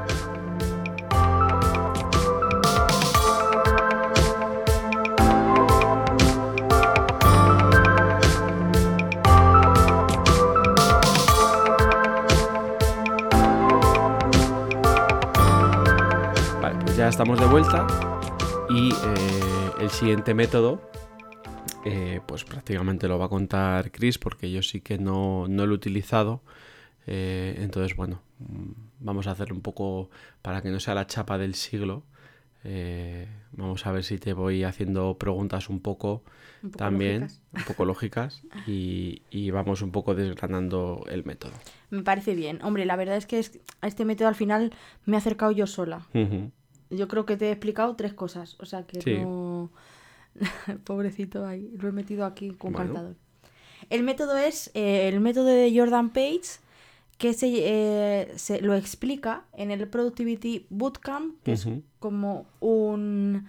Vale, pues ya estamos de vuelta y eh, el siguiente método Eh, pues prácticamente lo va a contar Chris porque yo sí que no, no lo he utilizado, eh, entonces bueno, vamos a hacerlo un poco para que no sea la chapa del siglo, Eh, vamos a ver si te voy haciendo preguntas un poco, Un poco también, lógicas. un poco lógicas, y, y vamos un poco desgranando el método. Me parece bien. Hombre, la verdad es que es- a este método al final me he acercado yo sola. Ujú. Yo creo que te he explicado tres cosas. O sea que Sí. no... Pobrecito ahí. Lo he metido aquí con Bueno. calzador. El método es eh, el método de Jordan Page, que se, eh, se lo explica en el Productivity Bootcamp, que es Ujú. como un...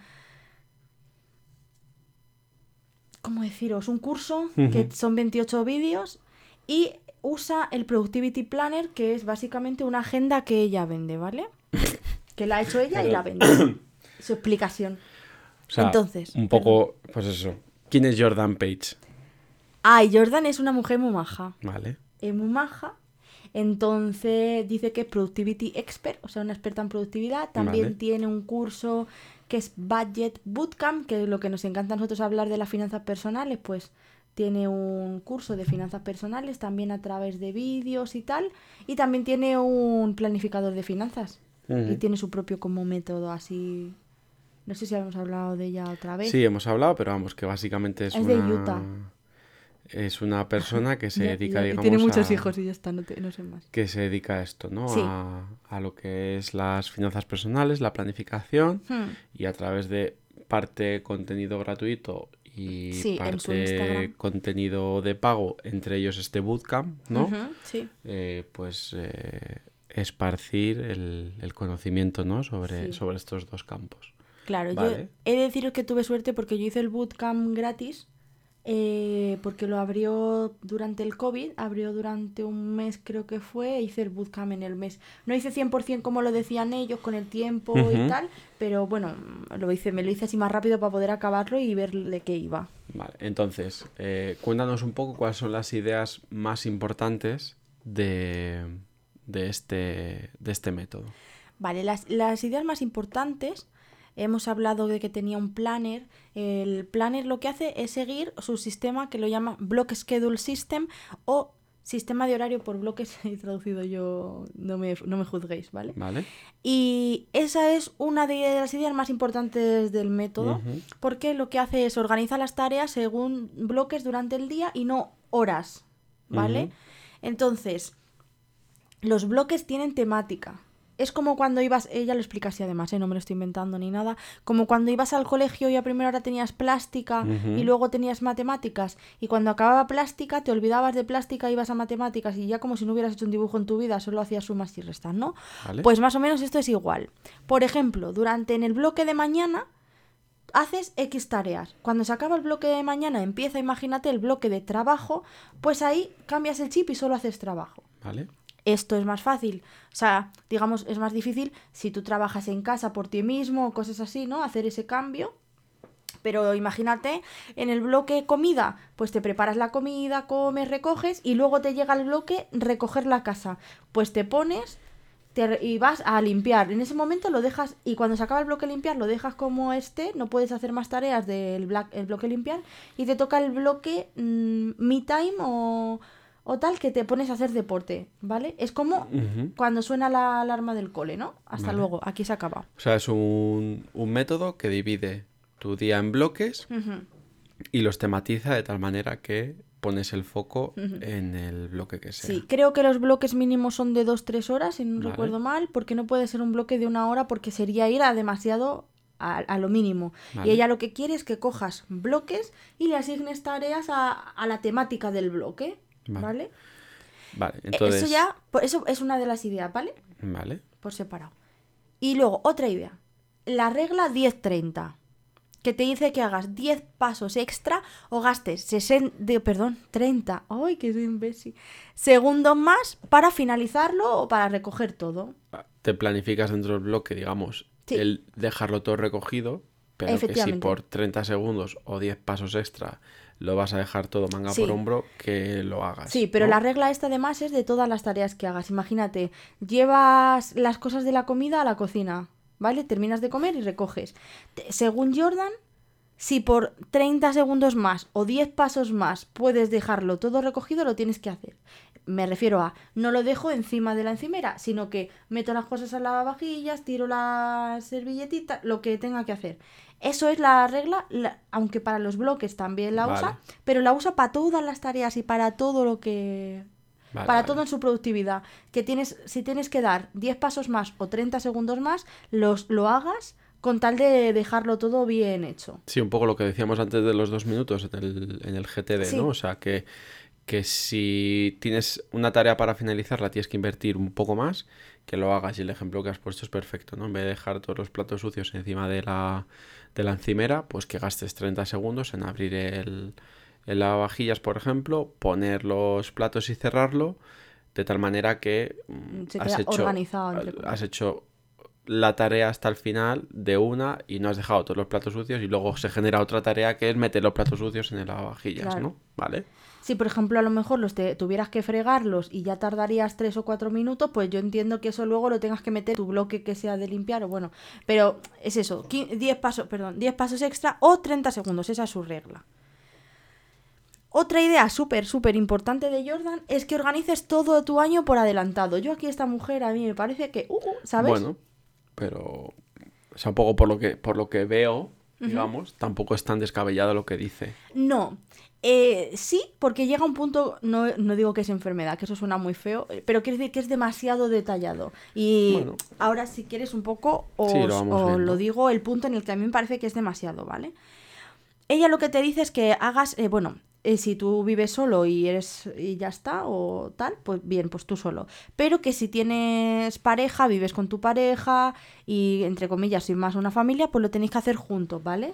¿Cómo deciros? Un curso que Ujú. son veintiocho vídeos y usa el Productivity Planner, que es básicamente una agenda que ella vende, ¿vale? Que la ha hecho ella y Pero, la vende. Su explicación. o sea, Entonces, un perdón. poco, pues eso. ¿Quién es Jordan Page? Ah, y Jordan es una mujer muy maja. Vale. Es muy maja. Entonces dice que es Productivity Expert, o sea, una experta en productividad. También Vale. tiene un curso que es Budget Bootcamp, que es lo que nos encanta a nosotros hablar de las finanzas personales, pues tiene un curso de finanzas personales también a través de vídeos y tal. Y también tiene un planificador de finanzas. Y Ujú. tiene su propio como método así. No sé si habíamos hablado de ella otra vez. Sí, hemos hablado, pero vamos, que básicamente es Es de una... Utah. Es una persona que se Ya- dedica, ya- y tiene digamos, muchos a... hijos y ya está, no, te- no sé más. que se dedica a esto, ¿no? Sí. A, a lo que es las finanzas personales, la planificación, Hmm. y a través de parte contenido gratuito y Sí, en su parte Instagram. contenido de pago, entre ellos este bootcamp, ¿no? Ujú, sí. Eh, pues eh, esparcir el, el conocimiento, ¿no? Sobre, Sí. sobre estos dos campos. Claro, yo Vale. he de deciros que tuve suerte porque yo hice el bootcamp gratis, eh, porque lo abrió durante el COVID, abrió durante un mes creo que fue, e hice el bootcamp en el mes. No hice cien por ciento como lo decían ellos, con el tiempo y Ujú. tal, pero bueno, lo hice, me lo hice así más rápido para poder acabarlo y ver de qué iba. Vale, entonces, eh, cuéntanos un poco cuáles son las ideas más importantes de, de este, de este método. Vale, las, las ideas más importantes, hemos hablado de que tenía un planner. El planner lo que hace es seguir su sistema que lo llama Block Schedule System o sistema de horario por bloques. He traducido yo, no me, no me juzguéis, ¿vale? ¿Vale? Y esa es una de las ideas más importantes del método, Ujú. porque lo que hace es organiza las tareas según bloques durante el día y no horas, ¿vale? Ujú. Entonces, los bloques tienen temática. Es como cuando ibas, ella lo explica así además, ¿eh? No me lo estoy inventando ni nada, como cuando ibas al colegio y a primera hora tenías plástica Ujú. y luego tenías matemáticas, y cuando acababa plástica te olvidabas de plástica, ibas a matemáticas y ya como si no hubieras hecho un dibujo en tu vida, solo hacías sumas y restas, ¿no? ¿Vale? Pues más o menos esto es igual. Por ejemplo, durante en el bloque de mañana haces X tareas. Cuando se acaba el bloque de mañana, empieza, imagínate, el bloque de trabajo, pues ahí cambias el chip y solo haces trabajo. ¿Vale? Esto es más fácil, o sea, digamos, es más difícil si tú trabajas en casa por ti mismo o cosas así, ¿no? Hacer ese cambio. Pero imagínate, en el bloque comida, pues te preparas la comida, comes, recoges y luego te llega el bloque recoger la casa. Pues te pones te, y vas a limpiar. En ese momento lo dejas y cuando se acaba el bloque limpiar lo dejas como esté, no puedes hacer más tareas del bla- el bloque limpiar y te toca el bloque mmm, me time o... o tal que te pones a hacer deporte, ¿vale? Es como Ujú. cuando suena la alarma del cole, ¿no? Hasta Vale. luego, aquí se acaba. O sea, es un, un método que divide tu día en bloques Ujú. y los tematiza de tal manera que pones el foco en el bloque que sea. Sí, creo que los bloques mínimos son de dos tres horas, si no Vale. recuerdo mal, porque no puede ser un bloque de una hora porque sería ir a demasiado a, a lo mínimo. Vale. Y ella lo que quiere es que cojas bloques y le asignes tareas a, a la temática del bloque, Vale. ¿vale? Vale, E- entonces... Eso ya, pues eso es una de las ideas, ¿vale? Vale. Por separado. Y luego, otra idea. La regla diez treinta. Que te dice que hagas diez pasos extra o gastes sesenta, de, perdón, treinta. ¡Ay, qué imbécil! Segundos más para finalizarlo o para recoger todo. Te planificas dentro del bloque, digamos, Sí. el dejarlo todo recogido, pero que si Efectivamente. por treinta segundos o diez pasos extra lo vas a dejar todo manga Sí. por hombro, que lo hagas. Sí, pero ¿no? la regla esta además es de todas las tareas que hagas. Imagínate, llevas las cosas de la comida a la cocina, ¿vale? Terminas de comer y recoges. Te- Según Jordan, si por treinta segundos más o diez pasos más puedes dejarlo todo recogido, lo tienes que hacer. Me refiero a, no lo dejo encima de la encimera, sino que meto las cosas al lavavajillas, tiro la servilletita, lo que tenga que hacer. Eso es la regla, la, aunque para los bloques también la Vale. usa, pero la usa para todas las tareas y para todo lo que... Vale, para vale. todo en su productividad. Que tienes, si tienes que dar diez pasos más o treinta segundos más, los, lo hagas con tal de dejarlo todo bien hecho. Sí, un poco lo que decíamos antes de los dos minutos en el, en el G T D, Sí. ¿no? O sea, que, que si tienes una tarea para finalizarla, tienes que invertir un poco más, que lo hagas. Y el ejemplo que has puesto es perfecto, ¿no? En vez de dejar todos los platos sucios encima de la, de la encimera, pues que gastes treinta segundos en abrir el, el lavavajillas, por ejemplo, poner los platos y cerrarlo, de tal manera que mm, Se has queda hecho, organizado, entre comillas. has hecho la tarea hasta el final de una y no has dejado todos los platos sucios y luego se genera otra tarea que es meter los platos sucios en el lavavajillas, Claro. ¿no? ¿Vale? Si, por ejemplo, a lo mejor los te, tuvieras que fregarlos y ya tardarías tres o cuatro minutos, pues yo entiendo que eso luego lo tengas que meter en tu bloque que sea de limpiar o bueno. Pero es eso, diez pasos, perdón, diez pasos extra o treinta segundos, esa es su regla. Otra idea súper, súper importante de Jordan es que organices todo tu año por adelantado. Yo aquí esta mujer a mí me parece que, uh, uh, ¿sabes? Bueno, pero o sea, un poco por lo que, por lo que veo, digamos, uh-huh. tampoco es tan descabellado lo que dice. No, eh, sí, porque llega un punto, no, no digo que es enfermedad, que eso suena muy feo, pero quiere decir que es demasiado detallado. Y bueno, ahora si quieres un poco os, sí, lo, os lo digo el punto en el que a mí me parece que es demasiado, ¿vale? Ella lo que te dice es que hagas, eh, bueno, eh, si tú vives solo y eres y ya está o tal, pues bien, pues tú solo. Pero que si tienes pareja, vives con tu pareja y entre comillas, sin más una familia, pues lo tenéis que hacer juntos, ¿vale?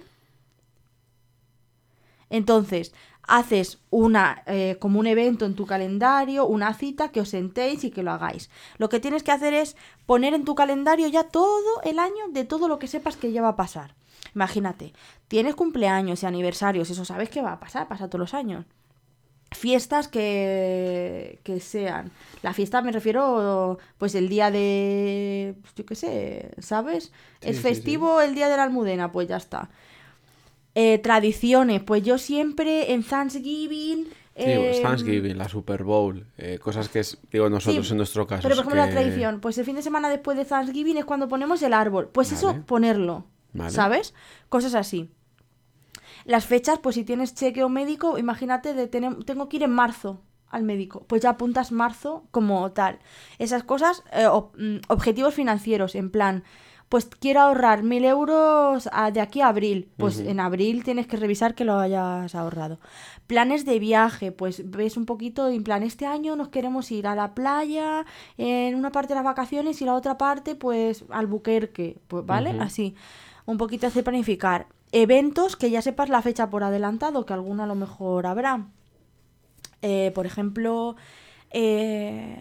Entonces, haces una eh, como un evento en tu calendario, una cita, que os sentéis y que lo hagáis. Lo que tienes que hacer es poner en tu calendario ya todo el año de todo lo que sepas que ya va a pasar. Imagínate, tienes cumpleaños y aniversarios, eso sabes que va a pasar, pasa todos los años. Fiestas que, que sean. La fiesta me refiero, pues el día de, yo qué sé, ¿sabes? Sí, es festivo sí, sí. El día de la Almudena, pues ya está. Eh, tradiciones, pues yo siempre en Thanksgiving... Sí, eh, Thanksgiving, la Super Bowl, eh, cosas que es, digo nosotros sí, en nuestro caso. Pero por ejemplo que... la tradición, pues el fin de semana después de Thanksgiving es cuando ponemos el árbol. Pues vale. Eso, ponerlo, vale. ¿Sabes? Cosas así. Las fechas, pues si tienes chequeo médico, imagínate, de tener, tengo que ir en marzo al médico. Pues ya apuntas marzo como tal. Esas cosas, eh, ob, objetivos financieros, en plan... Pues quiero ahorrar mil euros de aquí a abril. Pues uh-huh. En abril tienes que revisar que lo hayas ahorrado. Planes de viaje, pues ves un poquito, en plan, este año nos queremos ir a la playa, en una parte de las vacaciones y la otra parte, pues, al Albuquerque, pues, ¿vale? Uh-huh. Así, un poquito hacer planificar. Eventos que ya sepas la fecha por adelantado, que alguno a lo mejor habrá. Eh, por ejemplo, eh...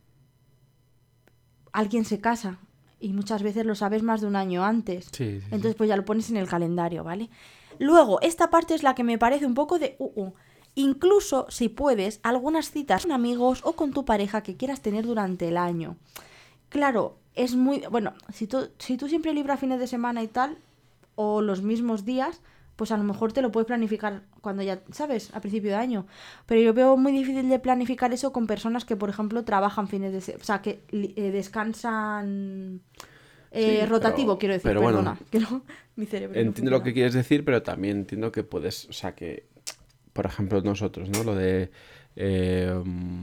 alguien se casa. Y muchas veces lo sabes más de un año antes. Sí, sí, Entonces, pues ya lo pones en el calendario, ¿vale? Luego, esta parte es la que me parece un poco de... Uh, uh. Incluso, si puedes, algunas citas con amigos o con tu pareja que quieras tener durante el año. Claro, es muy... Bueno, si tú, si tú siempre libras fines de semana y tal, o los mismos días, pues a lo mejor te lo puedes planificar cuando ya, ¿sabes? A principio de año. Pero yo veo muy difícil de planificar eso con personas que, por ejemplo, trabajan fines de semana. O sea, que eh, descansan... Eh, sí, rotativo, pero, quiero decir, pero perdona. Bueno, que no, mi cerebro entiendo no lo que quieres decir, pero también entiendo que puedes... O sea, que, por ejemplo, nosotros, ¿no? Lo de... Eh,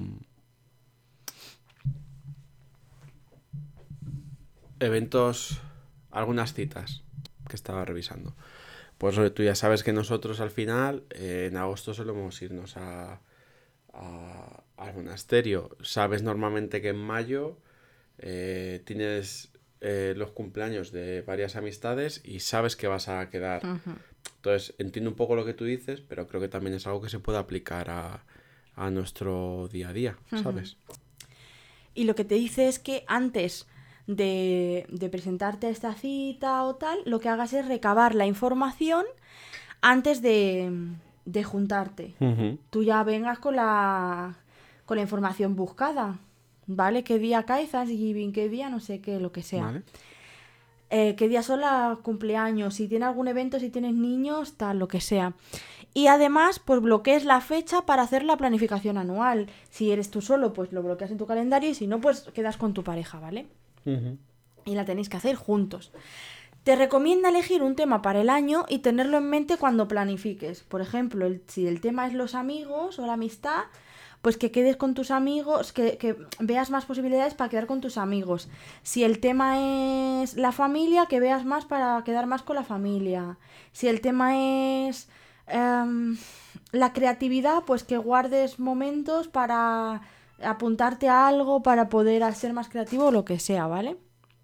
eventos... Algunas citas que estaba revisando. Pues tú ya sabes que nosotros al final, eh, en agosto solemos irnos a, a, al monasterio. Sabes normalmente que en mayo eh, tienes eh, los cumpleaños de varias amistades y sabes que vas a quedar. Uh-huh. Entonces entiendo un poco lo que tú dices, pero creo que también es algo que se puede aplicar a, a nuestro día a día, ¿sabes? Uh-huh. Y lo que te dice es que antes... De, de presentarte a esta cita o tal, lo que hagas es recabar la información antes de, de juntarte. Uh-huh. Tú ya vengas con la con la información buscada, ¿vale? ¿Qué día cae Thanksgiving? ¿Qué día? No sé qué, lo que sea. Vale. Eh, ¿Qué día son los cumpleaños? Si tienes algún evento, si tienes niños, tal, lo que sea. Y además, pues bloquees la fecha para hacer la planificación anual. Si eres tú solo, pues lo bloqueas en tu calendario y si no, pues quedas con tu pareja, ¿vale? Ujú. Y la tenéis que hacer juntos. Te recomienda elegir un tema para el año y tenerlo en mente cuando planifiques. Por ejemplo, el, si el tema es los amigos o la amistad, pues que quedes con tus amigos, que, que veas más posibilidades para quedar con tus amigos. Si el tema es la familia, que veas más para quedar más con la familia. Si el tema es em, la creatividad, pues que guardes momentos para apuntarte a algo, para poder ser más creativo o lo que sea, ¿vale?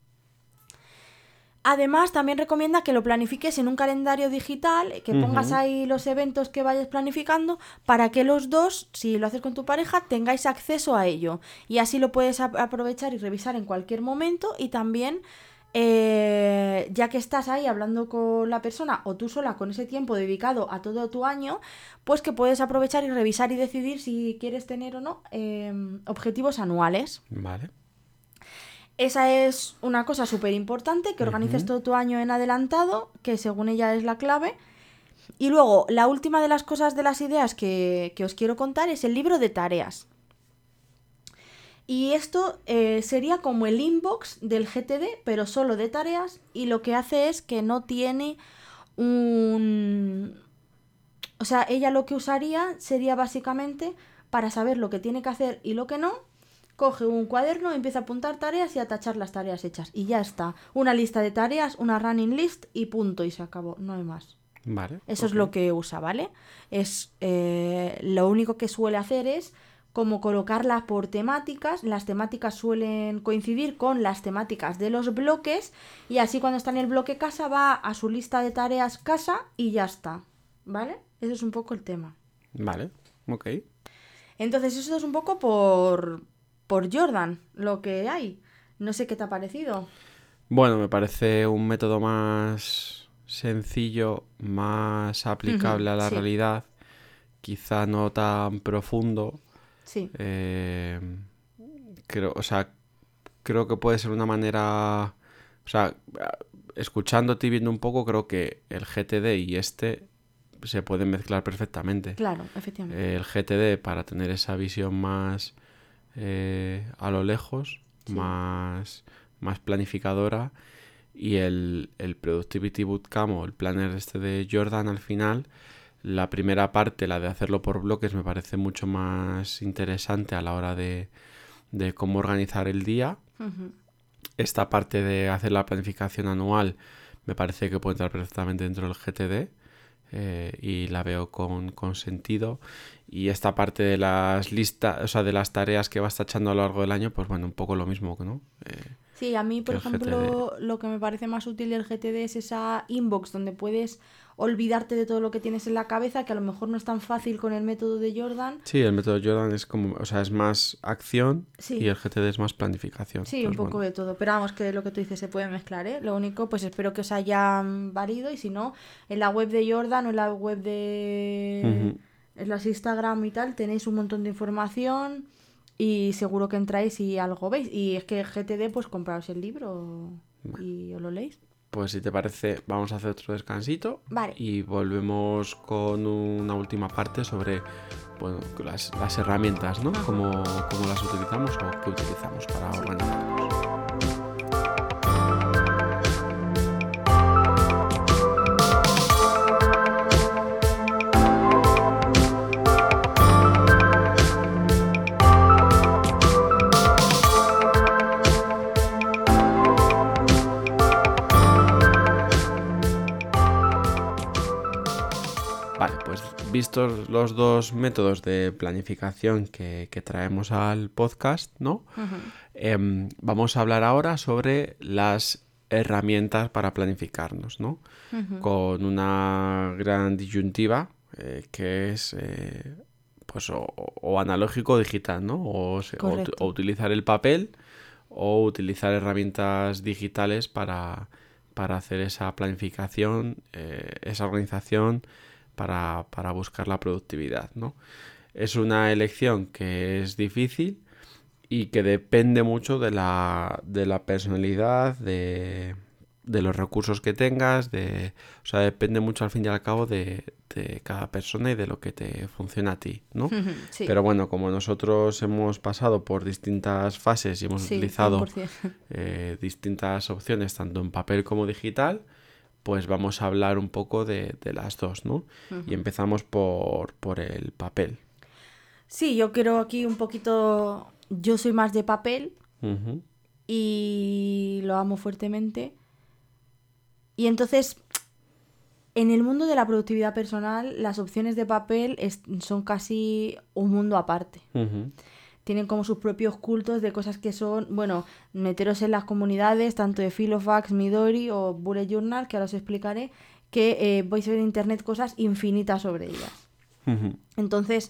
Además, también recomienda que lo planifiques en un calendario digital, que pongas Ujú. ahí los eventos que vayas planificando, para que los dos, si lo haces con tu pareja, tengáis acceso a ello. Y así lo puedes ap- aprovechar y revisar en cualquier momento. Y también, eh, ya que estás ahí hablando con la persona o tú sola con ese tiempo dedicado a todo tu año, pues que puedes aprovechar y revisar y decidir si quieres tener o no eh, objetivos anuales. Vale. Esa es una cosa súper importante, que organices Ujú. todo tu año en adelantado, que según ella es la clave. Y luego, la última de las cosas, de las ideas que, que os quiero contar es el libro de tareas. Y esto eh, sería como el inbox del G T D, pero solo de tareas, y lo que hace es que no tiene un... O sea, ella lo que usaría sería básicamente para saber lo que tiene que hacer y lo que no. Coge un cuaderno, empieza a apuntar tareas y a tachar las tareas hechas. Y ya está. Una lista de tareas, una running list y punto. Y se acabó. No hay más. Vale. Eso es Ok. lo que usa, ¿vale? Es eh, lo único que suele hacer es como colocarla por temáticas. Las temáticas suelen coincidir con las temáticas de los bloques. Y así cuando está en el bloque casa va a su lista de tareas casa y ya está. ¿Vale? Eso es un poco el tema. Vale. Ok. Entonces, eso es un poco por, por Jordan, lo que hay. No sé qué te ha parecido. Bueno, me parece un método más sencillo, más Ujú, aplicable a la sí, realidad, quizá no tan profundo. sí, eh, creo, o sea, creo que puede ser una manera, o sea, escuchándote y viendo un poco, creo que el G T D y este se pueden mezclar perfectamente. claro, efectivamente. El G T D para tener esa visión más eh, a lo lejos, Sí, más, más planificadora, y el, el Productivity Bootcamp o el planner este de Jordan al final, la primera parte, la de hacerlo por bloques, me parece mucho más interesante a la hora de, de cómo organizar el día. ujú, Esta parte de hacer la planificación anual me parece que puede entrar perfectamente dentro del G T D, eh, y la veo con, con sentido. Y esta parte de las listas, o sea, de las tareas que vas tachando a lo largo del año, pues bueno, un poco lo mismo, ¿no? Eh, sí, a mí, que por el G T D. ejemplo, lo que me parece más útil del G T D es esa inbox donde puedes olvidarte de todo lo que tienes en la cabeza, que a lo mejor no es tan fácil con el método de Jordan. Sí, el método Jordan es como, o sea, es más acción y Sí, el G T D es más planificación. sí, un Entonces, poco bueno. de todo. Pero vamos, que lo que tú dices se puede mezclar, ¿eh? Lo único, pues espero que os haya mm, valido y si no, en la web de Jordan o en la web de... Ujú. en las Instagram y tal, tenéis un montón de información y seguro que entráis y algo veis. Y es que G T D, pues compraos el libro y os lo leéis. Pues si te parece, vamos a hacer otro descansito Vale. y volvemos con una última parte sobre, bueno, las, las herramientas, ¿no? Ajá. Cómo, cómo las utilizamos o qué utilizamos para Sí. organizarnos. Vale, pues vistos los dos métodos de planificación que, que traemos al podcast, ¿no? Ujú. Em, vamos a hablar ahora sobre las herramientas para planificarnos, ¿no? Ujú. Con una gran disyuntiva, eh, que es eh, pues o, o analógico o digital, ¿no? O, se- o ut- o Correcto. utilizar el papel o utilizar herramientas digitales para, para hacer esa planificación, eh, esa organización, para, para buscar la productividad, ¿no? Es una elección que es difícil y que depende mucho de la, de la personalidad, de, de los recursos que tengas, de, o sea, depende mucho al fin y al cabo de, de cada persona y de lo que te funciona a ti, ¿no? Sí. Pero bueno, como nosotros hemos pasado por distintas fases y hemos Sí, utilizado cien por ciento. eh, distintas opciones, tanto en papel como digital, pues vamos a hablar un poco de, de las dos, ¿no? Ujú. Y empezamos por, por el papel. Sí, yo quiero aquí un poquito... Yo soy más de papel Ujú, y lo amo fuertemente. Y entonces, en el mundo de la productividad personal, las opciones de papel es- son casi un mundo aparte. ujú, Tienen como sus propios cultos de cosas que son, bueno, meteros en las comunidades, tanto de Filofax, Midori o Bullet Journal, que ahora os explicaré, que eh, vais a ver en internet cosas infinitas sobre ellas. ujú. Entonces,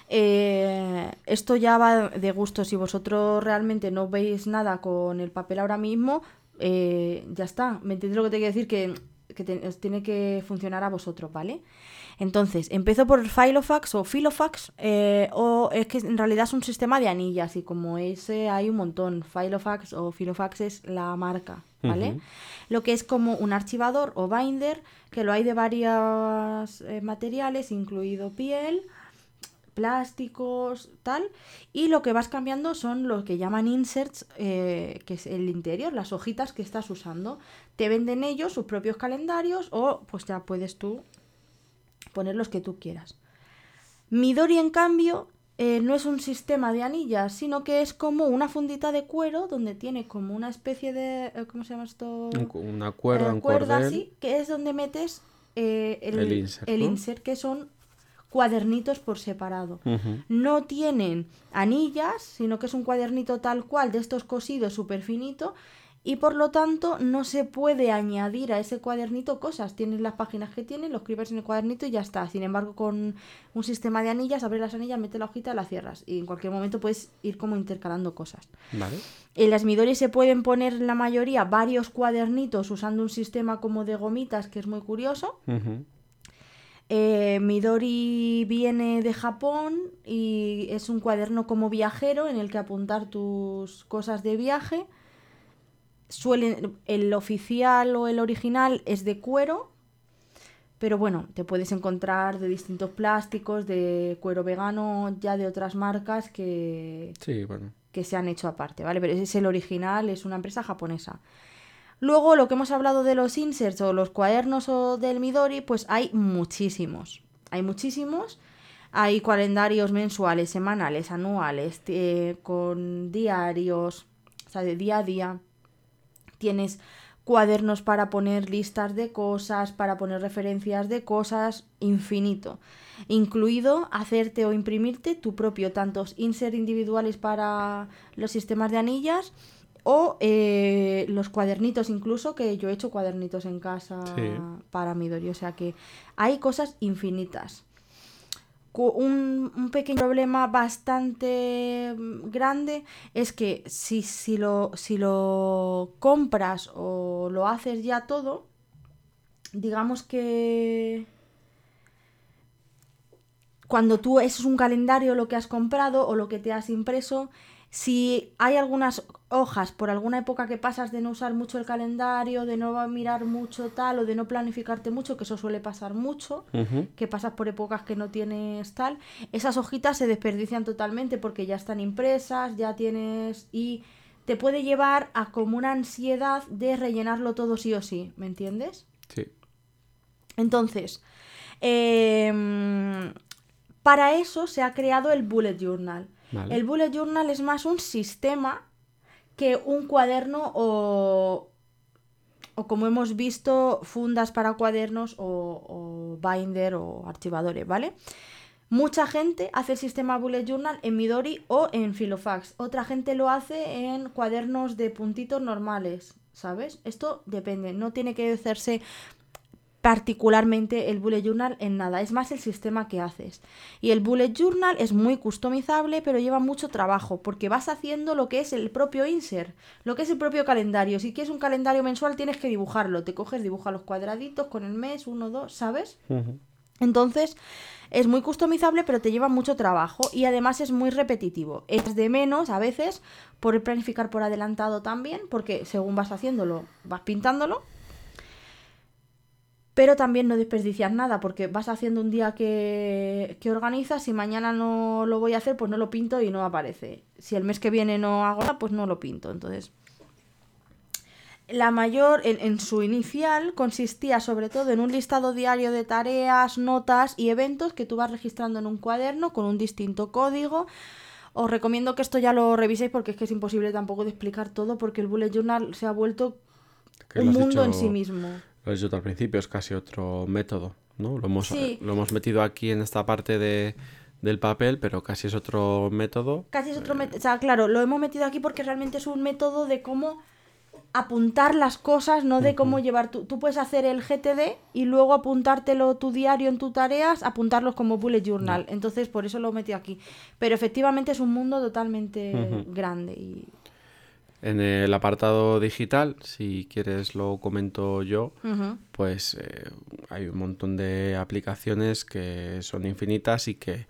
eh, esto ya va de gusto. Si vosotros realmente no veis nada con el papel ahora mismo, eh, ya está. ¿Me entiendes lo que te quiero decir? Que, que te- os tiene que funcionar a vosotros, ¿vale? Entonces, empiezo por Filofax o Filofax, eh, o es que en realidad es un sistema de anillas y como ese hay un montón. Filofax o Filofax es la marca, ¿vale? Ujú. Lo que es como un archivador o binder, que lo hay de varios eh, materiales, incluido piel, plásticos, tal, y lo que vas cambiando son lo que llaman inserts, eh, que es el interior, las hojitas que estás usando. Te venden ellos sus propios calendarios o pues ya puedes tú poner los que tú quieras. Midori, en cambio, eh, no es un sistema de anillas, sino que es como una fundita de cuero donde tiene como una especie de... eh, ¿Cómo se llama esto? Un cu- Una cuerda, Eh, un cuerda cordel, así, que es donde metes eh, el, el insert, el ¿no? insert, que son cuadernitos por separado. Ujú. No tienen anillas, sino que es un cuadernito tal cual de estos cosidos súper finito y por lo tanto no se puede añadir a ese cuadernito cosas. Tienes las páginas que tienes, lo escribes en el cuadernito y ya está. Sin embargo, con un sistema de anillas, abres las anillas, metes la hojita, la cierras y en cualquier momento puedes ir como intercalando cosas. Vale. En las Midori se pueden poner la mayoría varios cuadernitos usando un sistema como de gomitas que es muy curioso. Ujú. Eh, Midori viene de Japón y es un cuaderno como viajero en el que apuntar tus cosas de viaje. Suelen, el oficial o el original es de cuero, pero bueno, te puedes encontrar de distintos plásticos, de cuero vegano, ya de otras marcas que, Sí, bueno. que se han hecho aparte, ¿vale? Pero ese es el original, es una empresa japonesa. Luego, lo que hemos hablado de los inserts o los cuadernos o del Midori, pues hay muchísimos. Hay muchísimos. Hay calendarios mensuales, semanales, anuales, eh, con diarios, o sea, de día a día. Tienes cuadernos para poner listas de cosas, para poner referencias de cosas, infinito. Incluido hacerte o imprimirte tu propio, tantos insert individuales para los sistemas de anillas o eh, los cuadernitos incluso, que yo he hecho cuadernitos en casa Sí. para Midori. O sea que hay cosas infinitas. Un, un pequeño problema bastante mm, grande es que si, si, lo, si lo compras o lo haces ya todo, digamos que cuando tú, eso es un calendario lo que has comprado o lo que te has impreso, si hay algunas hojas por alguna época que pasas de no usar mucho el calendario, de no mirar mucho tal o de no planificarte mucho, que eso suele pasar mucho, Ujú. que pasas por épocas que no tienes tal, esas hojitas se desperdician totalmente porque ya están impresas, ya tienes y te puede llevar a como una ansiedad de rellenarlo todo sí o sí, ¿me entiendes? Sí. Entonces, eh, para eso se ha creado el Bullet Journal. Vale. El Bullet Journal es más un sistema que un cuaderno o, o como hemos visto, fundas para cuadernos o, o binder o archivadores, ¿vale? Mucha gente hace el sistema Bullet Journal en Midori o en Filofax. Otra gente lo hace en cuadernos de puntitos normales, ¿sabes? Esto depende, no tiene que hacerse particularmente el Bullet Journal en nada, es más el sistema que haces. Y el Bullet Journal es muy customizable, pero lleva mucho trabajo, porque vas haciendo lo que es el propio insert, lo que es el propio calendario. Si quieres un calendario mensual tienes que dibujarlo, te coges, dibujas los cuadraditos con el mes, uno, dos, ¿sabes? Ujú. Entonces, es muy customizable, pero te lleva mucho trabajo y además es muy repetitivo. Es de menos a veces por planificar por adelantado también, porque según vas haciéndolo, vas pintándolo. pero también no desperdicias nada, porque vas haciendo un día que, que organizas, si mañana no lo voy a hacer, pues no lo pinto y no aparece. Si el mes que viene no hago nada, pues no lo pinto. Entonces, la mayor, en, en su inicial, consistía sobre todo en un listado diario de tareas, notas y eventos que tú vas registrando en un cuaderno con un distinto código. Os recomiendo que esto ya lo reviséis porque es que es imposible tampoco de explicar todo, porque el bullet journal se ha vuelto Que un lo has mundo dicho, en sí mismo. lo has dicho al principio, es casi otro método, ¿no? Lo hemos, Sí. lo hemos metido aquí en esta parte de, del papel, pero casi es otro método. Casi es otro método. O sea, claro, lo hemos metido aquí porque realmente es un método de cómo apuntar las cosas, no de cómo llevar... Tú, tú puedes hacer el G T D y luego apuntártelo tu diario en tus tareas, apuntarlos como bullet journal. No. Entonces, por eso lo he metido aquí. Pero efectivamente es un mundo totalmente Uh-huh. grande. Y... En el apartado digital, si quieres lo comento yo, Uh-huh. pues eh, hay un montón de aplicaciones que son infinitas y que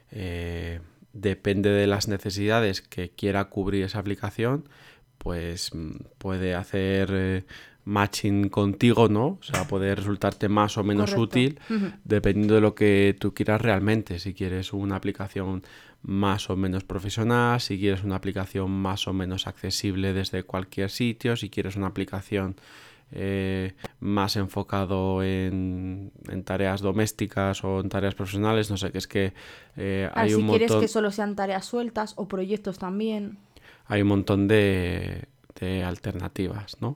eh, depende de las necesidades que quiera cubrir esa aplicación, pues puede hacer eh, matching contigo, ¿no? O sea, puede resultarte más o menos Correcto. útil Uh-huh. dependiendo de lo que tú quieras realmente. Si quieres una aplicación más o menos profesional, si quieres una aplicación más o menos accesible desde cualquier sitio, si quieres una aplicación eh, más enfocado en, en tareas domésticas o en tareas profesionales, no sé, que es que eh, Ah, hay si un quieres montón... que solo sean tareas sueltas o proyectos también. hay un montón de, de alternativas, ¿no?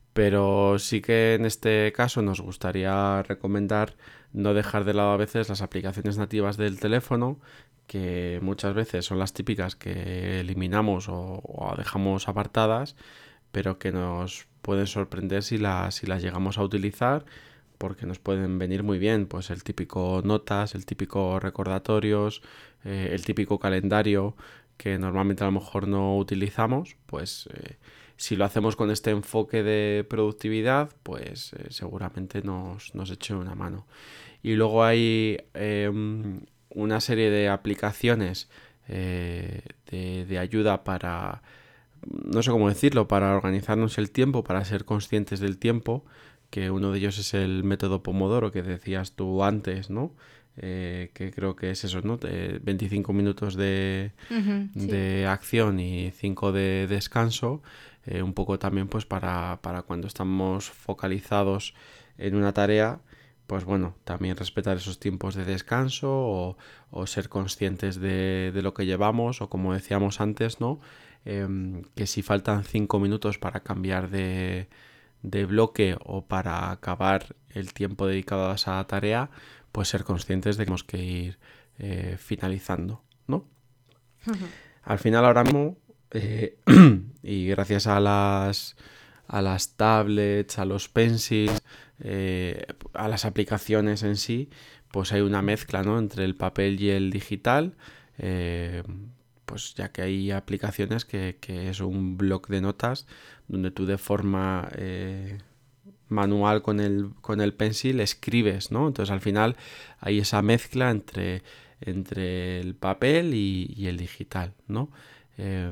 Pero sí que en este caso nos gustaría recomendar no dejar de lado a veces las aplicaciones nativas del teléfono, que muchas veces son las típicas que eliminamos o, o dejamos apartadas, pero que nos pueden sorprender si las, si las llegamos a utilizar, porque nos pueden venir muy bien, pues el típico notas, el típico recordatorios, eh, el típico calendario que normalmente a lo mejor no utilizamos, pues eh, si lo hacemos con este enfoque de productividad, pues eh, seguramente nos, nos eche una mano. Y luego hay eh, una serie de aplicaciones eh, de, de ayuda para, no sé cómo decirlo, para organizarnos el tiempo, para ser conscientes del tiempo, que uno de ellos es el método Pomodoro que decías tú antes, ¿no? Eh, que creo que es eso, ¿no? De veinticinco minutos de, Uh-huh, sí. de acción y cinco de descanso, eh, un poco también pues para, para cuando estamos focalizados en una tarea, pues bueno, también respetar esos tiempos de descanso o, o ser conscientes de, de lo que llevamos, o como decíamos antes, ¿no? Eh, que si faltan cinco minutos para cambiar de, de bloque o para acabar el tiempo dedicado a esa tarea, pues ser conscientes de que tenemos que ir eh, finalizando, ¿no? Uh-huh. Al final ahora mismo, eh, y gracias a las, a las tablets, a los pencils, eh, a las aplicaciones en sí, pues hay una mezcla, ¿no?, entre el papel y el digital, eh, pues ya que hay aplicaciones que, que es un bloc de notas donde tú de forma eh, manual con el, con el pencil escribes, ¿no? Entonces al final hay esa mezcla entre, entre el papel y, y el digital, ¿no? Eh,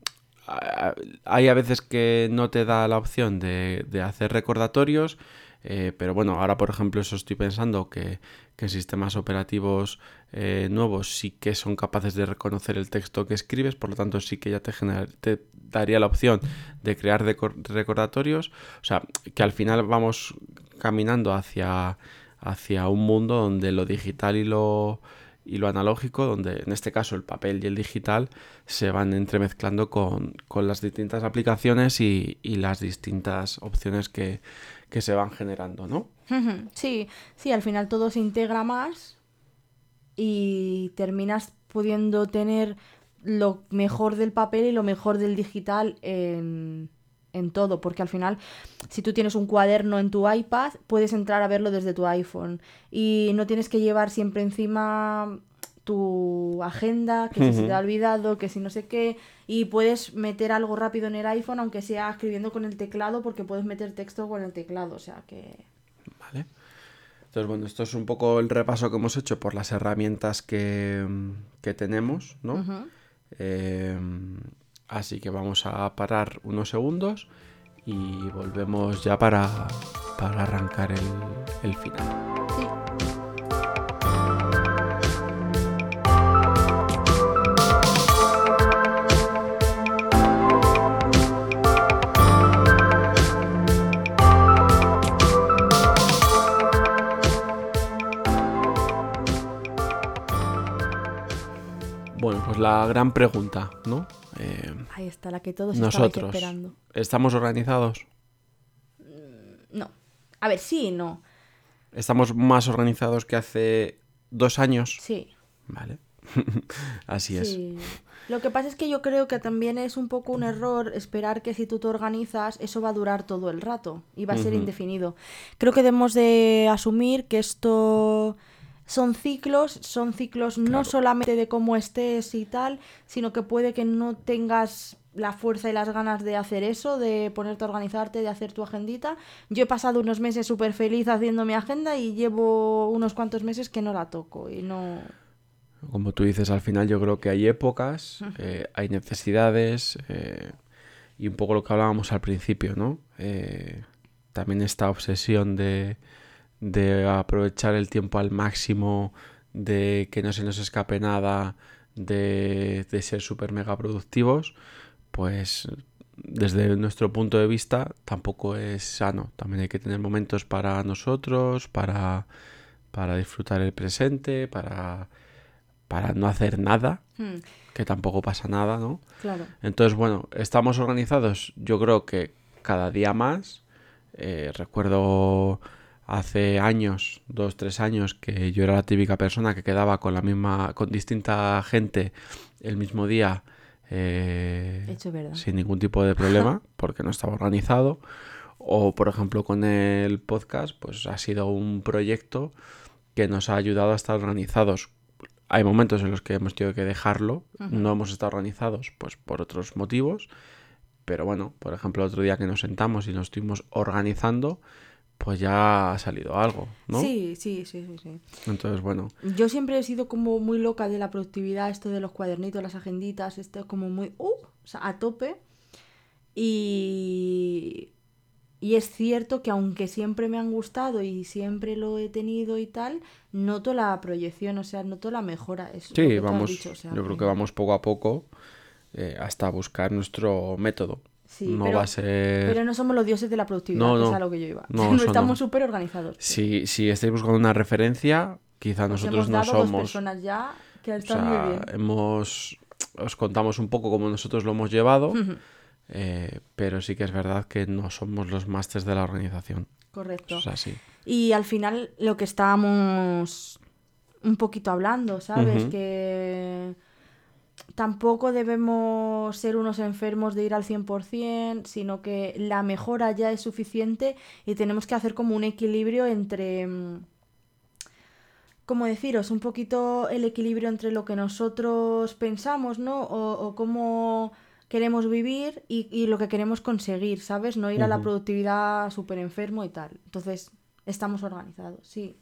hay a veces que no te da la opción de, de hacer recordatorios, eh, pero bueno, ahora por ejemplo eso estoy pensando que, que en sistemas operativos eh, nuevos sí que son capaces de reconocer el texto que escribes, por lo tanto sí que ya te, genera, te daría la opción de crear recordatorios, o sea, que al final vamos caminando hacia, hacia un mundo donde lo digital y lo... y lo analógico, donde en este caso el papel y el digital se van entremezclando con, con las distintas aplicaciones y, y las distintas opciones que, que se van generando, ¿no? Sí, sí, al final todo se integra más y terminas pudiendo tener lo mejor del papel y lo mejor del digital en, en todo, porque al final si tú tienes un cuaderno en tu iPad puedes entrar a verlo desde tu iPhone y no tienes que llevar siempre encima tu agenda, que si se te ha olvidado, que si no sé qué, y puedes meter algo rápido en el iPhone aunque sea escribiendo con el teclado, porque puedes meter texto con el teclado, o sea que... Vale. Entonces, bueno, esto es un poco el repaso que hemos hecho por las herramientas que, que tenemos, ¿no? Uh-huh. Eh, así que vamos a parar unos segundos y volvemos ya para, para arrancar el, el final. Sí. Bueno, pues la gran pregunta, ¿no? Eh, Ahí está, la que todos nosotros, estabais esperando. ¿estamos organizados? No. A ver, sí y no. ¿Estamos más organizados que hace dos años? Sí. Vale. Así es. Sí. Lo que pasa es que yo creo que también es un poco un error esperar que si tú te organizas eso va a durar todo el rato y va a ser Ujú. indefinido. Creo que debemos de asumir que esto son ciclos, son ciclos no Claro. solamente de cómo estés y tal, sino que puede que no tengas la fuerza y las ganas de hacer eso, de ponerte a organizarte, de hacer tu agendita. Yo he pasado unos meses súper feliz haciendo mi agenda y llevo unos cuantos meses que no la toco y no... Como tú dices, al final yo creo que hay épocas, eh, hay necesidades eh, y un poco lo que hablábamos al principio, ¿no? Eh, también esta obsesión de, de aprovechar el tiempo al máximo, de que no se nos escape nada, de, de ser súper mega productivos, pues desde nuestro punto de vista tampoco es sano. También hay que tener momentos para nosotros, para, para disfrutar el presente, para... para no hacer nada, Hmm, que tampoco pasa nada, ¿no? claro. Entonces, bueno, ¿estamos organizados? Yo creo que cada día más. Eh, recuerdo hace años, dos, tres años, que yo era la típica persona que quedaba con la misma, con distinta gente el mismo día, eh, Eso es verdad. sin ningún tipo de problema, porque no estaba organizado. O, por ejemplo, con el podcast, pues ha sido un proyecto que nos ha ayudado a estar organizados. Hay momentos en los que hemos tenido que dejarlo, Ujú. no hemos estado organizados pues por otros motivos, pero bueno, por ejemplo, el otro día que nos sentamos y nos estuvimos organizando, pues ya ha salido algo, ¿no? Sí, sí, sí, sí, sí. Entonces, bueno, Yo siempre he sido como muy loca de la productividad, esto de los cuadernitos, las agenditas, esto como muy, uh, o sea, a tope. Y, y es cierto que aunque siempre me han gustado y siempre lo he tenido y tal, noto la proyección, o sea, noto la mejora. Es lo sí, que tú has vamos, dicho, o sea, yo creo que- que vamos poco a poco eh, hasta buscar nuestro método. Sí, No pero, va a ser... pero no somos los dioses de la productividad, No, que es no. a lo que yo iba. No, No, eso estamos no. súper organizados. Si, si estáis buscando una referencia, quizá Os nosotros hemos no dado dos somos... personas ya que O están sea, muy bien. hemos... Os contamos un poco cómo nosotros lo hemos llevado, Ujú, eh, pero sí que es verdad que no somos los másters de la organización. correcto. Eso es así. Y al final lo que estábamos un poquito hablando, ¿sabes? Ujú. Que tampoco debemos ser unos enfermos de ir al cien por ciento, sino que la mejora ya es suficiente y tenemos que hacer como un equilibrio entre... mm, ¿cómo deciros? Un poquito el equilibrio entre lo que nosotros pensamos, ¿no? O, o cómo queremos vivir y, y lo que queremos conseguir, ¿sabes? No ir a la Ujú. productividad súper enfermo y tal. Entonces, estamos organizados, sí.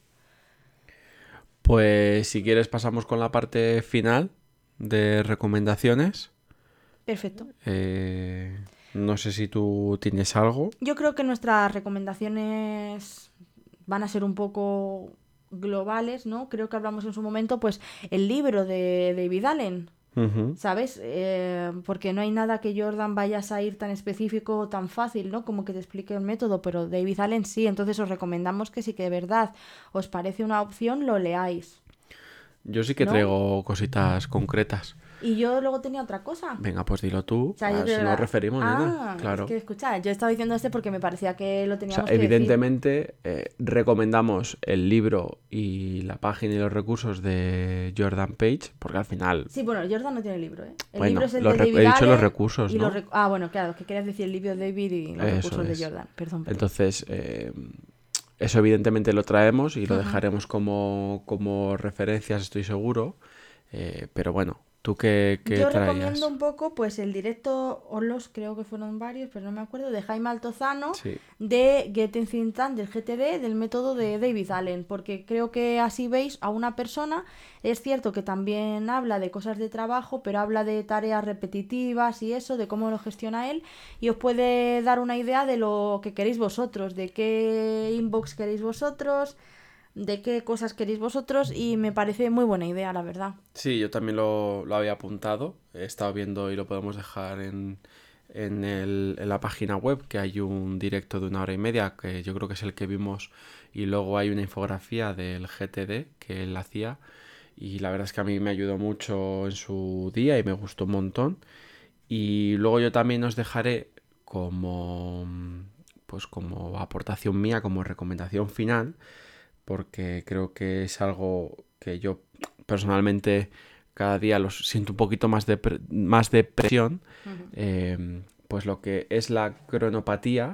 Pues si quieres pasamos con la parte final de recomendaciones. Perfecto. Eh, no sé si tú tienes algo. Yo creo que nuestras recomendaciones van a ser un poco globales, ¿no? Creo que hablamos en su momento, pues, el libro de David Allen, Ujú. ¿sabes? Eh, porque no hay nada que Jordan vayas a ir tan específico o tan fácil, ¿no? Como que te explique el método, pero David Allen sí, entonces os recomendamos que si que de verdad os parece una opción, lo leáis. Yo sí que ¿No? traigo cositas concretas. Y yo luego tenía otra cosa. Venga, pues dilo tú. O sea, yo A te eso la- nos referimos, nena. Ah, Claro. es que escucha, yo estaba diciendo este porque me parecía que lo O sea, teníamos que decir. evidentemente eh, recomendamos el libro y la página y los recursos de Jordan Page, porque al final, Sí, bueno, Jordan no tiene libro, ¿eh? El Bueno, libro es el los de re- David he dicho los Allen recursos, y ¿no? los rec- Ah, bueno, claro, que querías decir el libro de David y los Eso recursos es. de Jordan. Perdón, perdón. entonces, eh, eso evidentemente lo traemos y lo Ujú. dejaremos como, como referencias, estoy seguro. Eh, pero bueno, ¿Tú qué, qué Yo traías? recomiendo un poco pues el directo, o los creo que fueron varios, pero no me acuerdo, de Jaime Altozano, Sí. de Getting Things Done, del G T D, del método de David Allen, porque creo que así veis a una persona. Es cierto que también habla de cosas de trabajo, pero habla de tareas repetitivas y eso, de cómo lo gestiona él, y os puede dar una idea de lo que queréis vosotros, de qué inbox queréis vosotros, de qué cosas queréis vosotros, y me parece muy buena idea, la verdad. Sí, yo también lo, lo había apuntado. He estado viendo y lo podemos dejar en, en, el, en la página web, que hay un directo de una hora y media, que yo creo que es el que vimos, y luego hay una infografía del G T D que él hacía, y la verdad es que a mí me ayudó mucho en su día y me gustó un montón. Y luego yo también os dejaré como, pues como aportación mía, como recomendación final, porque creo que es algo que yo personalmente cada día los siento un poquito más de, pre- más de presión, Ujú. eh, pues lo que es la cronopatía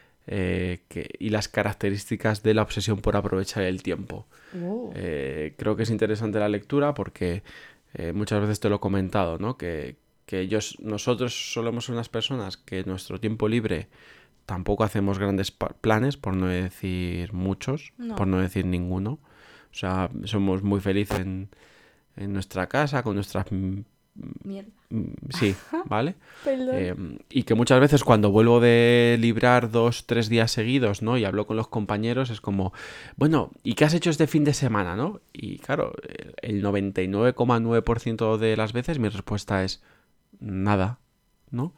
eh, que, y las características de la obsesión por aprovechar el tiempo. Oh. Eh, creo que es interesante la lectura porque eh, muchas veces te lo he comentado, ¿no? Que, que ellos, nosotros solemos ser unas personas que nuestro tiempo libre tampoco hacemos grandes pa- planes, por no decir muchos, No. por no decir ninguno. O sea, somos muy felices en, en nuestra casa, con nuestras... mm, Mierda. mm, Sí, ¿vale? Perdón. Eh, y que muchas veces cuando vuelvo de librar dos, tres días seguidos, ¿no? Y hablo con los compañeros, es como, bueno, ¿y qué has hecho este fin de semana, no? Y claro, el- el noventa y nueve coma nueve por ciento de las veces mi respuesta es nada, ¿no?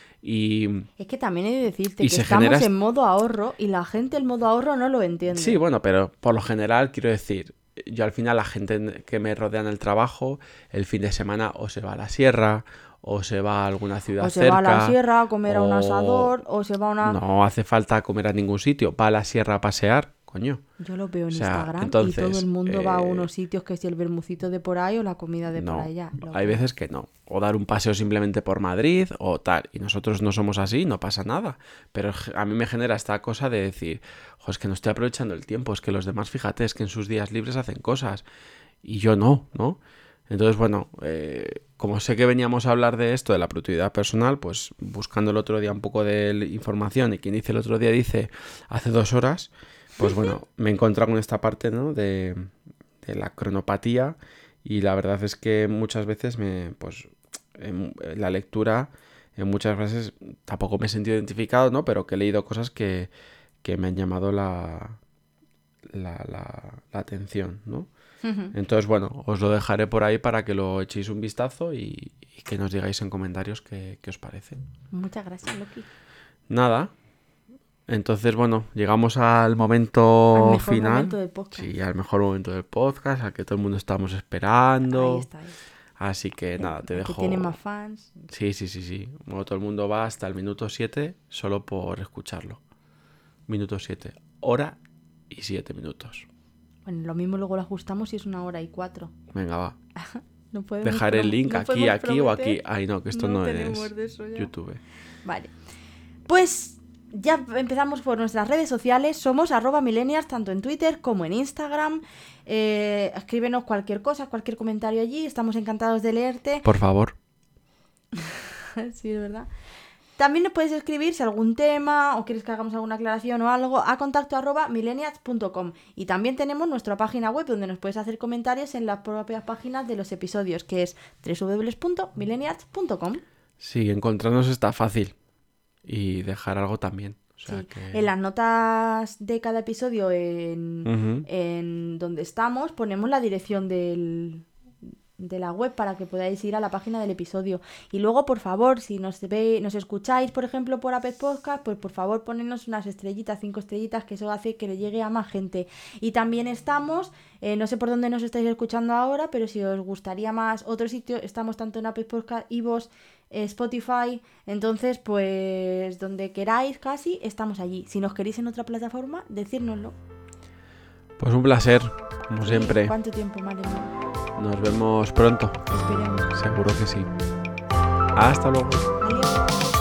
Y, Es que también he de decirte y que se estamos genera... en modo ahorro y la gente el modo ahorro no lo entiende. Sí, bueno, pero por lo general quiero decir, yo al final la gente que me rodea en el trabajo, el fin de semana o se va a la sierra, o se va a alguna ciudad O se va a la cerca, sierra a comer a un o asador, o se va a una... no hace falta comer a ningún sitio, va a la sierra a pasear, coño. Yo lo veo en O sea, Instagram y entonces, todo el mundo va a eh, unos sitios que si el bermucito de por ahí o la comida de por no, allá. Lo hay veo. veces que no. O dar un paseo simplemente por Madrid o tal. Y nosotros no somos así, no pasa nada. Pero ge- a mí me genera esta cosa de decir, jo, es que no estoy aprovechando el tiempo, es que los demás, fíjate, es que en sus días libres hacen cosas. Y yo no, ¿no? Entonces, bueno, eh, como sé que veníamos a hablar de esto, de la productividad personal, pues buscando el otro día un poco de l- información, y quien dice el otro día dice hace dos horas, pues bueno, me he encontrado con esta parte, ¿no? de, de la cronopatía, y la verdad es que muchas veces me, pues, en, en la lectura, en muchas veces tampoco me he sentido identificado, ¿no? Pero que he leído cosas que, que me han llamado la, la, la, la atención, ¿no? Ujú. Entonces, bueno, os lo dejaré por ahí para que lo echéis un vistazo y, y que nos digáis en comentarios qué, qué os parece. Muchas gracias, Loki. Nada, entonces, bueno, llegamos al Al momento mejor final. momento del podcast. Sí, al mejor momento del podcast, al que todo el mundo estamos Ahí esperando. está. ahí está. Así que nada, te El dejo. que tiene más fans. Sí, sí, sí, sí. Bueno, todo el mundo va hasta el minuto siete solo por escucharlo. Minuto siete. Hora y siete minutos. Bueno, lo mismo luego lo ajustamos y es una hora y cuatro. Venga, va. No podemos Dejaré el prom- link no aquí, podemos aquí o aquí. prometer. Ay, no, que esto no, tenemos es de eso ya. YouTube. Vale. Pues ya empezamos por nuestras redes sociales. Somos arroba millennials tanto en Twitter como en Instagram. Eh, escríbenos cualquier cosa, cualquier comentario allí. Estamos encantados de leerte. Por favor. Sí, es verdad. También nos puedes escribir si algún tema o quieres que hagamos alguna aclaración o algo a contacto arroba millennials punto com. Y también tenemos nuestra página web donde nos puedes hacer comentarios en las propias páginas de los episodios, que es doble u doble u doble u punto millennials punto com. Sí, encontrarnos está fácil. Y dejar algo también. O sea Sí. que... En las notas de cada episodio en, Ujú. en donde estamos ponemos la dirección del, de la web para que podáis ir a la página del episodio. Y luego, por favor, si nos ve, nos escucháis, por ejemplo, por Apple Podcast, pues por favor ponednos unas estrellitas, cinco estrellitas, que eso hace que le llegue a más gente. Y también estamos, eh, no sé por dónde nos estáis escuchando ahora, pero si os gustaría más otro sitio, estamos tanto en Apple Podcast, iVoox, eh, Spotify, entonces pues donde queráis casi, estamos allí. Si nos queréis en otra plataforma, decírnoslo. Pues un placer, como Sí, siempre. ¿Cuánto tiempo, madre mía? Nos vemos pronto. Esperemos. Seguro que sí. Hasta luego. Adiós.